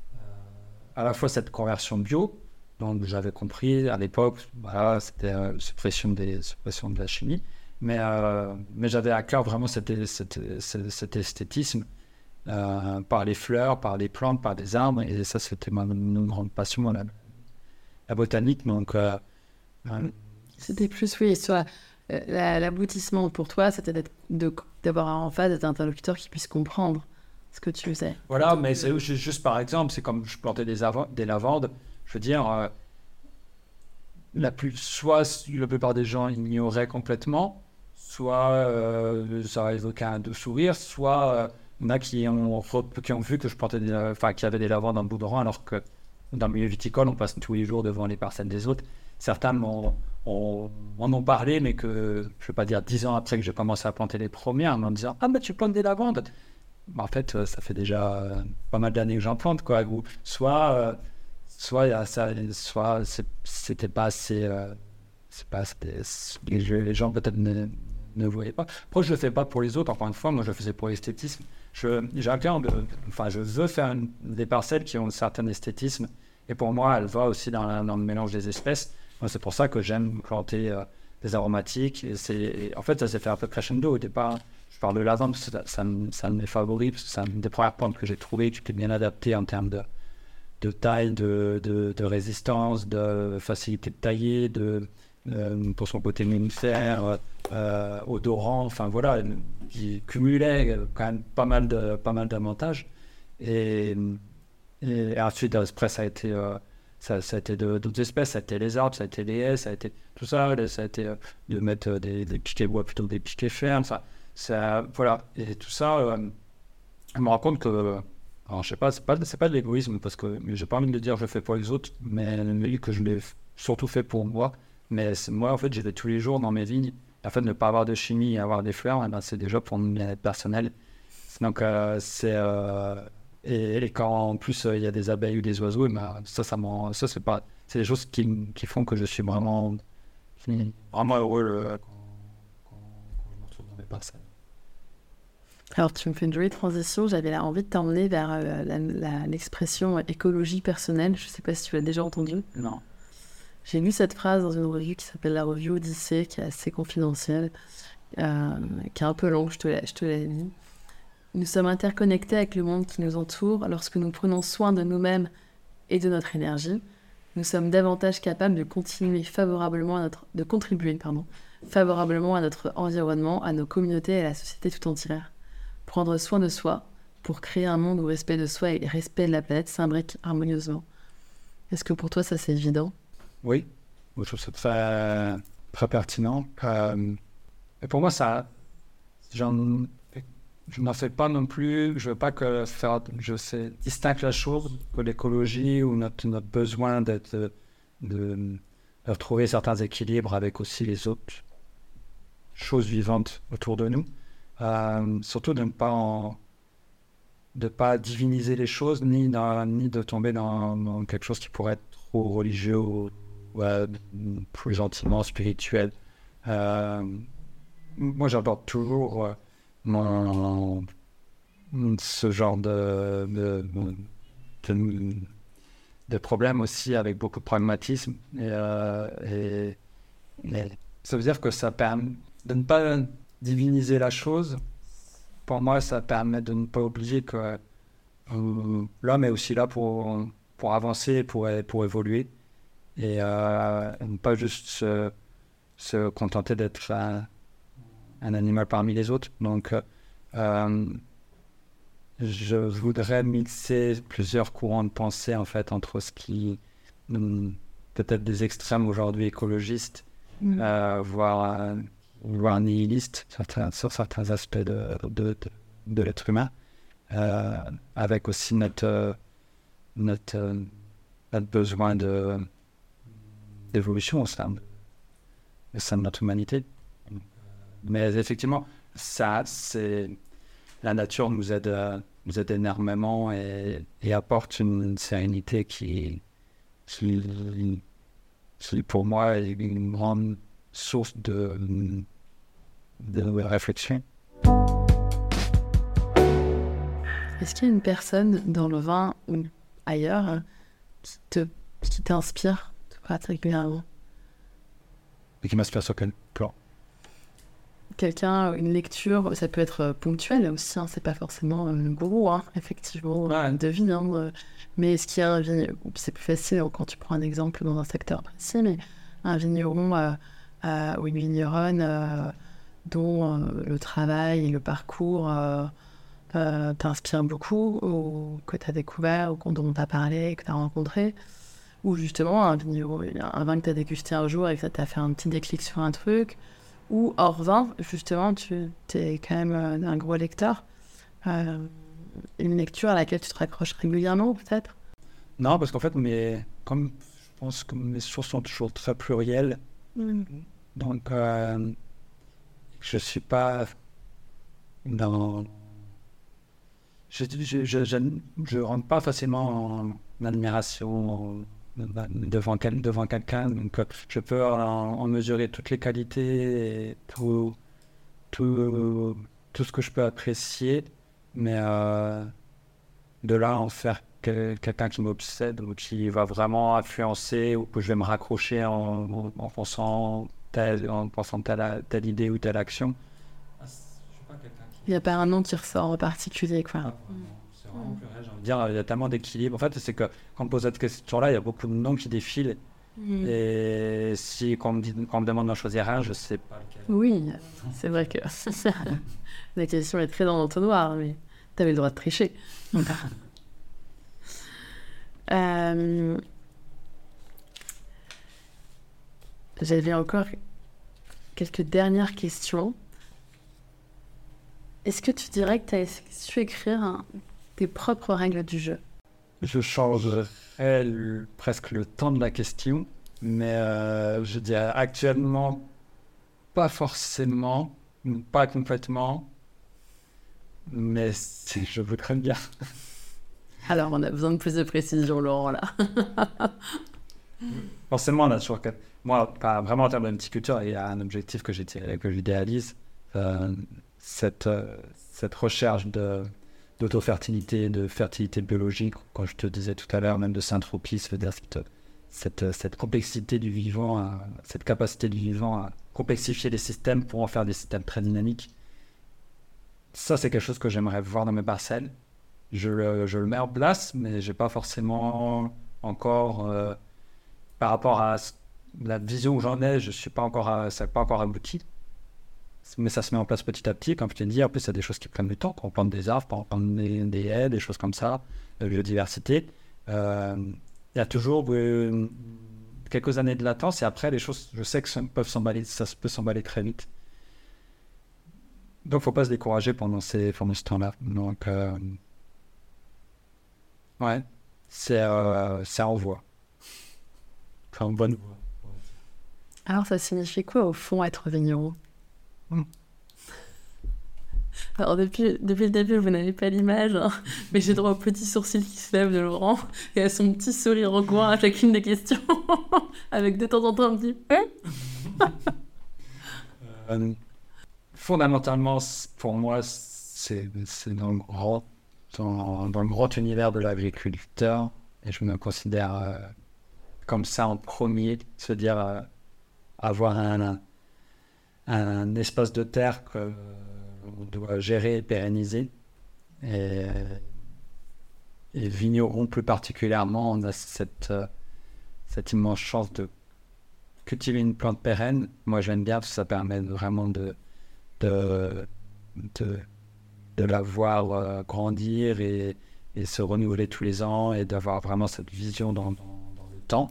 Speaker 2: à la fois cette conversion bio, dont j'avais compris à l'époque, voilà, c'était euh, suppression, des, suppression de la chimie, mais, euh, mais j'avais à cœur vraiment cet, cet, cet, cet esthétisme euh, par les fleurs, par les plantes, par les arbres, et ça, c'était ma, une grande passion, la, la botanique. Donc, euh, euh,
Speaker 3: c'était plus, oui, soit euh, la, l'aboutissement pour toi, c'était d'être, de, d'avoir en face des interlocuteurs qui puissent comprendre ce que tu faisais.
Speaker 2: Voilà, mais c'est juste par exemple, c'est comme je plantais des, av- des lavandes, je veux dire, euh, la plus, soit la plupart des gens ignoraient complètement, soit euh, ça évoquait un de sourire, soit euh, il y en a qui ont, qui ont vu que je plantais des, enfin, qu'il y avait des lavandes en bout de rang, alors que dans le milieu viticole, on passe tous les jours devant les parcelles des autres. Certains m'ont, ont, m'en ont parlé, mais que, je ne veux pas dire dix ans après que j'ai commencé à planter les premières, en me disant « Ah, mais tu plantes des lavandes !» En fait, ça fait déjà euh, pas mal d'années que j'en plante, quoi. Ou soit, euh, soit, ça, soit c'est, c'était pas assez. Euh, c'est pas, c'était, les, les gens peut-être ne, ne voyaient pas. Après, je le fais pas pour les autres. Encore une fois, moi, je le faisais pour l'esthétisme. Je, j'ai un cœur de, enfin, je veux faire une, des parcelles qui ont un certain esthétisme. Et pour moi, elle va aussi dans, la, dans le mélange des espèces. Moi, c'est pour ça que j'aime planter euh, des aromatiques. Et c'est, et en fait, ça s'est fait un peu crescendo au départ. Je parle de lavande parce que ça, ça, ça me favorise, parce que c'est une des premières plantes que j'ai trouvées qui était bien adaptée en termes de, de taille, de, de, de résistance, de facilité de tailler, de, euh, pour son côté mellifère, euh, odorant, enfin voilà, qui cumulait quand même pas mal, de, pas mal d'avantages. Et, et ensuite, après, ça a été, euh, ça, ça a été de, d'autres espèces, ça a été les arbres, ça a été les haies, ça a été tout ça, ça a été euh, de mettre des, des piquets bois plutôt que des piquets fermes, ça. Ça, voilà, et tout ça, euh, je me rends compte que, euh, alors je sais pas, c'est pas, c'est pas de l'égoïsme, parce que j'ai pas envie de le dire, je le fais pour les autres, mais que je l'ai surtout fait pour moi. Mais c'est, moi, en fait, j'étais tous les jours dans mes vignes. En fait, ne pas avoir de chimie et avoir des fleurs, eh ben, c'est déjà pour mon bien-être personnel. Donc, euh, c'est. Euh, et, et quand en plus il euh, y a des abeilles ou des oiseaux, eh ben, ça, ça, m'en, ça c'est pas. C'est des choses qui, qui font que je suis vraiment, vraiment heureux euh, quand, quand, quand je me retrouve dans mes parcelles.
Speaker 3: Alors, tu me fais une jolie transition. J'avais envie de t'emmener vers euh, la, la, l'expression écologie personnelle. Je ne sais pas si tu l'as déjà entendue.
Speaker 2: Non.
Speaker 3: J'ai lu cette phrase dans une revue qui s'appelle la revue Odyssée, qui est assez confidentielle, euh, qui est un peu longue, je te, la, je te l'ai mis. Nous sommes interconnectés avec le monde qui nous entoure. Lorsque nous prenons soin de nous-mêmes et de notre énergie, nous sommes davantage capables de continuer favorablement à notre, de contribuer, pardon, favorablement à notre environnement, à nos communautés et à la société tout entière. Prendre soin de soi pour créer un monde où respect de soi et respect de la planète s'imbriquent harmonieusement. Est-ce que pour toi, ça, c'est évident ?
Speaker 2: Oui, je trouve ça très, très pertinent. Euh, et pour moi, ça, j'en, je n'en fais pas non plus. Je veux pas que faire, je sais, distingue la chose que l'écologie ou notre, notre besoin d'être, de, de retrouver certains équilibres avec aussi les autres choses vivantes autour de nous. Euh, surtout de ne pas en, de pas diviniser les choses, ni, dans, ni de tomber dans, dans quelque chose qui pourrait être trop religieux ou ouais, plus gentiment spirituel. Euh, moi, j'aborde toujours euh, mon, ce genre de, de, de, de problème aussi avec beaucoup de pragmatisme. Et, euh, et, et ça veut dire que ça permet de ne pas diviniser la chose. Pour moi, ça permet de ne pas oublier que euh, l'homme est aussi là pour, pour avancer, pour, pour évoluer. Et euh, ne pas juste se, se contenter d'être un, un animal parmi les autres. Donc, euh, je voudrais mixer plusieurs courants de pensée, en fait, entre ce qui, peut-être des extrêmes aujourd'hui écologistes, mmh. euh, voire, euh, voire nihilistes certains, sur certains aspects de, de, de, de l'être humain, euh, avec aussi notre, notre, notre besoin de d'évolution au sein, au sein de notre humanité. Mais effectivement, ça, c'est... La nature nous aide, nous aide énormément et, et apporte une, une sérénité qui, qui, qui, pour moi, est une grande source de, de réflexion.
Speaker 3: Est-ce qu'il y a une personne dans le vin ou ailleurs qui, te, qui t'inspire particulièrement?
Speaker 2: Et qui m'inspire sur quel plan?
Speaker 3: Quelqu'un, une lecture, ça peut être ponctuel aussi, hein, c'est pas forcément le gourou, hein, effectivement,
Speaker 2: ouais.
Speaker 3: de vie. Hein, mais est-ce qu'il y a un vigneron, c'est plus facile quand tu prends un exemple dans un secteur précis, mais un vigneron euh, euh, ou une vigneronne euh, dont euh, le travail et le parcours euh, euh, t'inspirent beaucoup, ou que tu as découvert, ou dont tu as parlé, que tu as rencontré, ou justement un vigneron, un vin que tu as dégusté un jour et que ça t'a fait un petit déclic sur un truc. Ou hors vin, justement, tu es quand même euh, un gros lecteur. Euh, une lecture à laquelle tu te raccroches régulièrement, peut-être?
Speaker 2: Non, parce qu'en fait, mes, comme je pense que mes sources sont toujours très plurielles, mmh. donc euh, je suis pas dans... Je, je, je, je, je rentre pas facilement en admiration devant, quel, devant quelqu'un, donc je peux en, en mesurer toutes les qualités et tout, tout, tout ce que je peux apprécier, mais euh, de là en faire quel, quelqu'un qui m'obsède ou qui va vraiment influencer ou que je vais me raccrocher en, en, en pensant telle, en pensant telle, telle idée ou telle action.
Speaker 3: Il n'y a pas un nom qui ressort en particulier, quoi. Ah,
Speaker 2: c'est vraiment plus réel, j'ai envie de dire, il y a tellement d'équilibre. En fait, c'est que quand on pose cette question-là, il y a beaucoup de noms qui défilent. Mmh. Et si quand on, me dit, quand on me demande d'en choisir un, je ne sais pas lequel.
Speaker 3: Oui, c'est vrai que la question est très dans l'entonnoir, mais tu avais le droit de tricher. euh... J'avais encore quelques dernières questions. Est-ce que tu dirais que tu as su écrire hein, tes propres règles du jeu?
Speaker 2: Je changerais le, presque le temps de la question, mais euh, je dirais actuellement pas forcément, pas complètement, mais si je voudrais bien.
Speaker 3: Alors, on a besoin de plus de précision, Laurent, là.
Speaker 2: Forcément, on a toujours... Moi, pas vraiment en termes de multiculture, il y a un objectif que j'ai tiré, que j'idéalise. Euh, cette, euh, cette recherche de, d'auto-fertilité, de fertilité biologique, quand je te disais tout à l'heure, même de syntropie, ça veut dire cette, cette, cette complexité du vivant, à, cette capacité du vivant à complexifier les systèmes pour en faire des systèmes très dynamiques. Ça, c'est quelque chose que j'aimerais voir dans mes parcelles. Je le, je le mets en place, mais je n'ai pas forcément encore, euh, par rapport à la vision où j'en ai, je suis pas encore à, ça n'a pas encore abouti. Mais ça se met en place petit à petit, comme je t'ai dit. En plus, il y a des choses qui prennent du temps. Quand on plante des arbres, quand on plante des, des haies, des choses comme ça, la biodiversité. Euh, il y a toujours euh, quelques années de latence et après, les choses, je sais que ça, peuvent s'emballer, ça peut s'emballer très vite. Donc, il ne faut pas se décourager pendant, ces, pendant ce temps-là. Donc, euh, ouais, c'est, euh, c'est en voie. C'est en bonne voie.
Speaker 3: Alors, ça signifie quoi, au fond, être vigneron? Alors depuis, depuis le début, vous n'avez pas l'image, hein, mais j'ai droit au petit sourcil qui se lève de Laurent et à son petit sourire en coin à chacune des questions, avec de temps en temps un petit hein
Speaker 2: euh, Fondamentalement, pour moi, c'est, c'est dans, le grand, dans, dans le grand univers de l'agriculteur, et je me considère euh, comme ça en premier, se dire euh, avoir un, un, un espace de terre que on doit gérer et pérenniser. Et, et vigneron plus particulièrement, on a cette, euh, cette immense chance de cultiver une plante pérenne. Moi, j'aime bien parce que ça permet vraiment de, de, de, de la voir euh, grandir et, et se renouveler tous les ans et d'avoir vraiment cette vision dans, dans, dans le temps.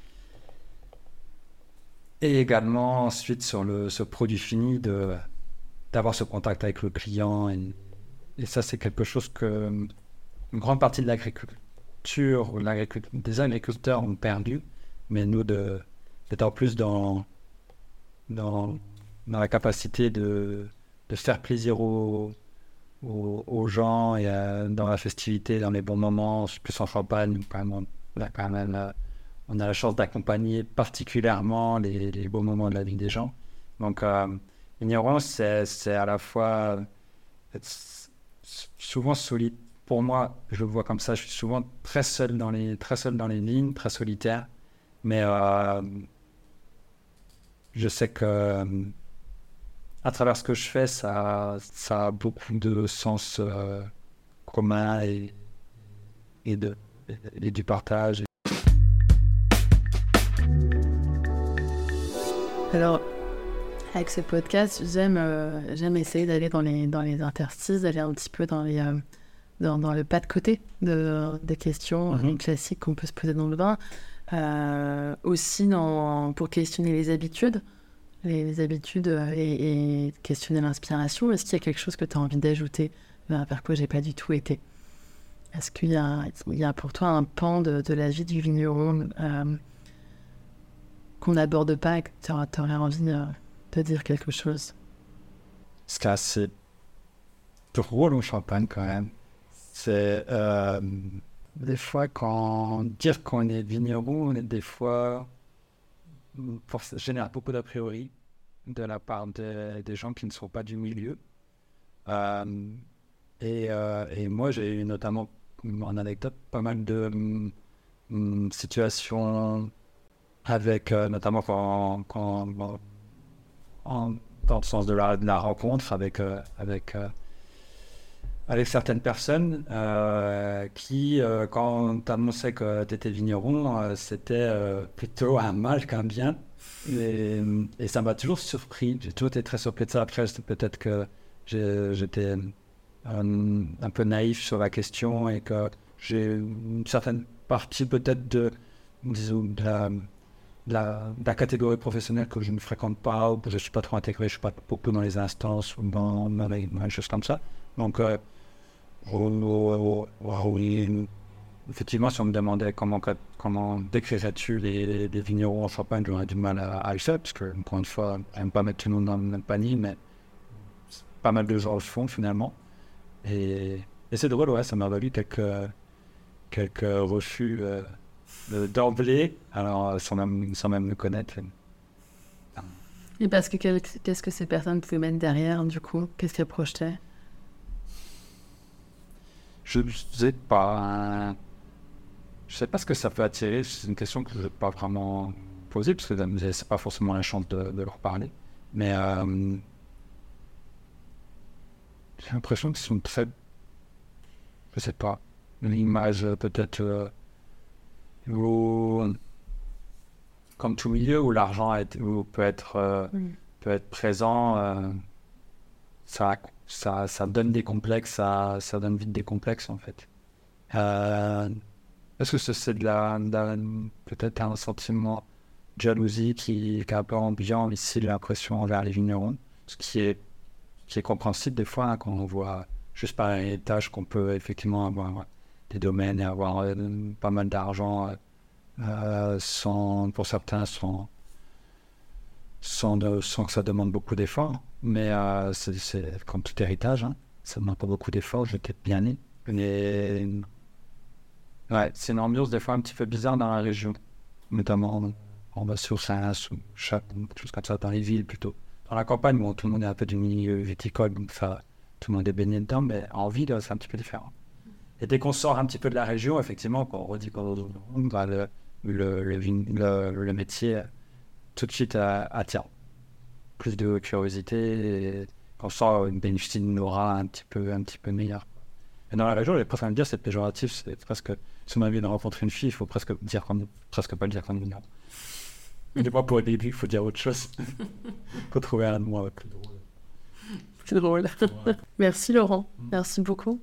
Speaker 2: Et également, ensuite, sur le, ce produit fini, de, d'avoir ce contact avec le client. Et, et ça, c'est quelque chose que une grande partie de l'agriculture, l'agriculture des agriculteurs ont perdu. Mais nous, de, d'être en plus dans, dans, dans la capacité de, de faire plaisir aux, aux, aux gens et euh, dans la festivité, dans les bons moments, plus en Champagne, quand même, là, quand même, là, on a la chance d'accompagner particulièrement les, les beaux moments de la vie des gens. Donc, euh, vigneron, c'est, c'est à la fois souvent solide. Pour moi, je le vois comme ça, je suis souvent très seul dans les, très seul dans les lignes, très solitaire. Mais euh, je sais que à travers ce que je fais, ça, ça a beaucoup de sens euh, commun et, et, de, et du partage.
Speaker 3: Alors, avec ce podcast, j'aime, euh, j'aime essayer d'aller dans les, dans les interstices, d'aller un petit peu dans, les, euh, dans, dans le pas de côté de, des questions mm-hmm. classiques qu'on peut se poser dans le vin. Euh, aussi dans, pour questionner les habitudes, les, les habitudes et, et questionner l'inspiration. Est-ce qu'il y a quelque chose que tu as envie d'ajouter vers quoi j'ai pas du tout été? Est-ce qu'il y a, il y a pour toi un pan de, de la vie du vigneron euh, qu'on n'aborde pas et que tu aurais envie euh, de dire quelque chose?
Speaker 2: Ce qui est assez drôle en Champagne quand même, c'est euh, des fois quand dire qu'on est vigneron, on est des fois force, génère beaucoup d'a priori de la part de, des gens qui ne sont pas du milieu. Euh, et, euh, et moi j'ai eu notamment en anecdote pas mal de um, situations avec euh, notamment quand, quand bon, en, dans le sens de la, de la rencontre avec, euh, avec, euh, avec certaines personnes euh, qui, euh, quand tu annonçais que tu étais vigneron, euh, c'était euh, plutôt un mal qu'un bien. Et, et ça m'a toujours surpris. J'ai toujours été très surpris de ça. Après, c'est peut-être que j'ai, j'étais un, un peu naïf sur la question et que j'ai une certaine partie peut-être de, disons, de la... De la, de la catégorie professionnelle que je ne fréquente pas ou que je ne suis pas trop intégré, je ne suis pas beaucoup dans les instances ou dans, dans, les, dans les choses comme ça. Donc, euh, oh, oh, oh, oui, effectivement, si on me demandait comment, comment décrirais-tu les, les, les vignerons en Champagne, j'aurais du mal à, à le faire, parce que, encore une fois, je n'aime pas mettre tout le monde dans le même panier, mais pas mal de gens le font finalement. Et, et c'est drôle, ouais, ça m'a valu quelques, quelques refus. Euh, d'emblée, alors sans même, sans même me connaître.
Speaker 3: Et parce que quel, qu'est-ce que ces personnes pouvaient mettre derrière, du coup? Qu'est-ce qu'elles projetaient?
Speaker 2: Je ne sais pas. Hein. Je ne sais pas ce que ça peut attirer. C'est une question que je n'ai pas vraiment posée, parce que ce n'est pas forcément la chance de, de leur parler. Mais euh, j'ai l'impression qu'ils sont très... Je ne sais pas. L'image peut-être... Euh, Où, comme tout milieu où l'argent est, où peut être euh, mm. peut être présent, euh, ça, ça ça donne des complexes, ça ça donne vite des complexes en fait. Euh, est-ce que c'est de la, de la peut-être un sentiment de jalousie qui, qui est un peu ambiant ici, l'impression envers les vignerons, ce qui est qui est compréhensible des fois hein, quand on voit juste par héritage qu'on peut effectivement avoir des domaines et avoir euh, pas mal d'argent euh, sans, pour certains sans, sans, de, sans que ça demande beaucoup d'efforts. Mais euh, c'est, c'est comme tout héritage, hein. Ça ne demande pas beaucoup d'efforts, j'étais bien né. Mais ouais, c'est une ambiance des fois un petit peu bizarre dans la région, notamment en bas sur Saint-Lens ou Chape, quelque chose comme ça, dans les villes plutôt. Dans la campagne, bon, tout le monde est un peu du milieu viticole, donc ça, tout le monde est baigné dedans, mais en ville, c'est un petit peu différent. Et dès qu'on sort un petit peu de la région, effectivement, quand on redit qu'on bah, le, le, le, le, le métier tout de suite attire plus de curiosité, et quand on sort, il bénéficie d'une aura un petit peu, un petit peu meilleure. Et dans la région, j'ai presque à me dire, c'est péjoratif, c'est presque, si on a envie de rencontrer une fille, il faut presque dire qu'on est, presque pas le dire qu'on est minable. Mais des fois, pour le début, il faut dire autre chose. Il faut trouver un mot plus drôle.
Speaker 3: C'est drôle. Ouais. Merci Laurent, mmh. Merci beaucoup.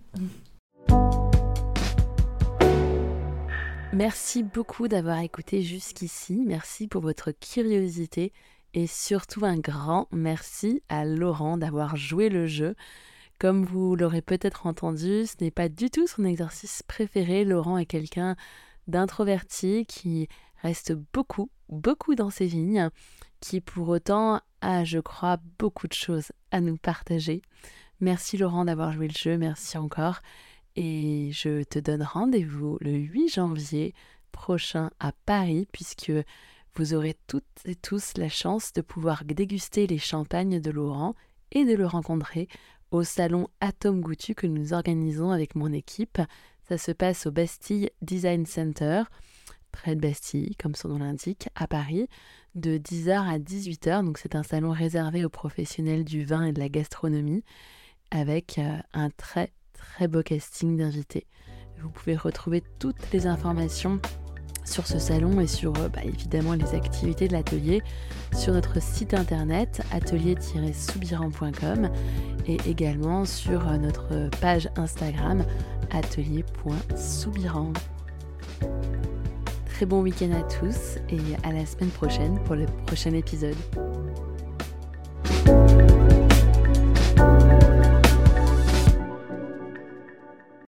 Speaker 1: Merci beaucoup d'avoir écouté jusqu'ici. Merci pour votre curiosité et surtout un grand merci à Laurent d'avoir joué le jeu. Comme vous l'aurez peut-être entendu, ce n'est pas du tout son exercice préféré. Laurent est quelqu'un d'introverti qui reste beaucoup, beaucoup dans ses vignes, qui pour autant a, je crois, beaucoup de choses à nous partager. Merci Laurent d'avoir joué le jeu, merci encore. Et je te donne rendez-vous le huit janvier prochain à Paris, puisque vous aurez toutes et tous la chance de pouvoir déguster les champagnes de Laurent et de le rencontrer au salon Atome Goutu que nous organisons avec mon équipe. Ça se passe au Bastille Design Center, près de Bastille, comme son nom l'indique, à Paris, de dix heures à dix-huit heures. Donc c'est un salon réservé aux professionnels du vin et de la gastronomie, avec euh, un très très beau casting d'invités. Vous pouvez retrouver toutes les informations sur ce salon et sur bah, évidemment les activités de l'atelier sur notre site internet atelier tiret soubiran point com et également sur notre page Instagram atelier point soubiran. Très bon week-end à tous et à la semaine prochaine pour le prochain épisode.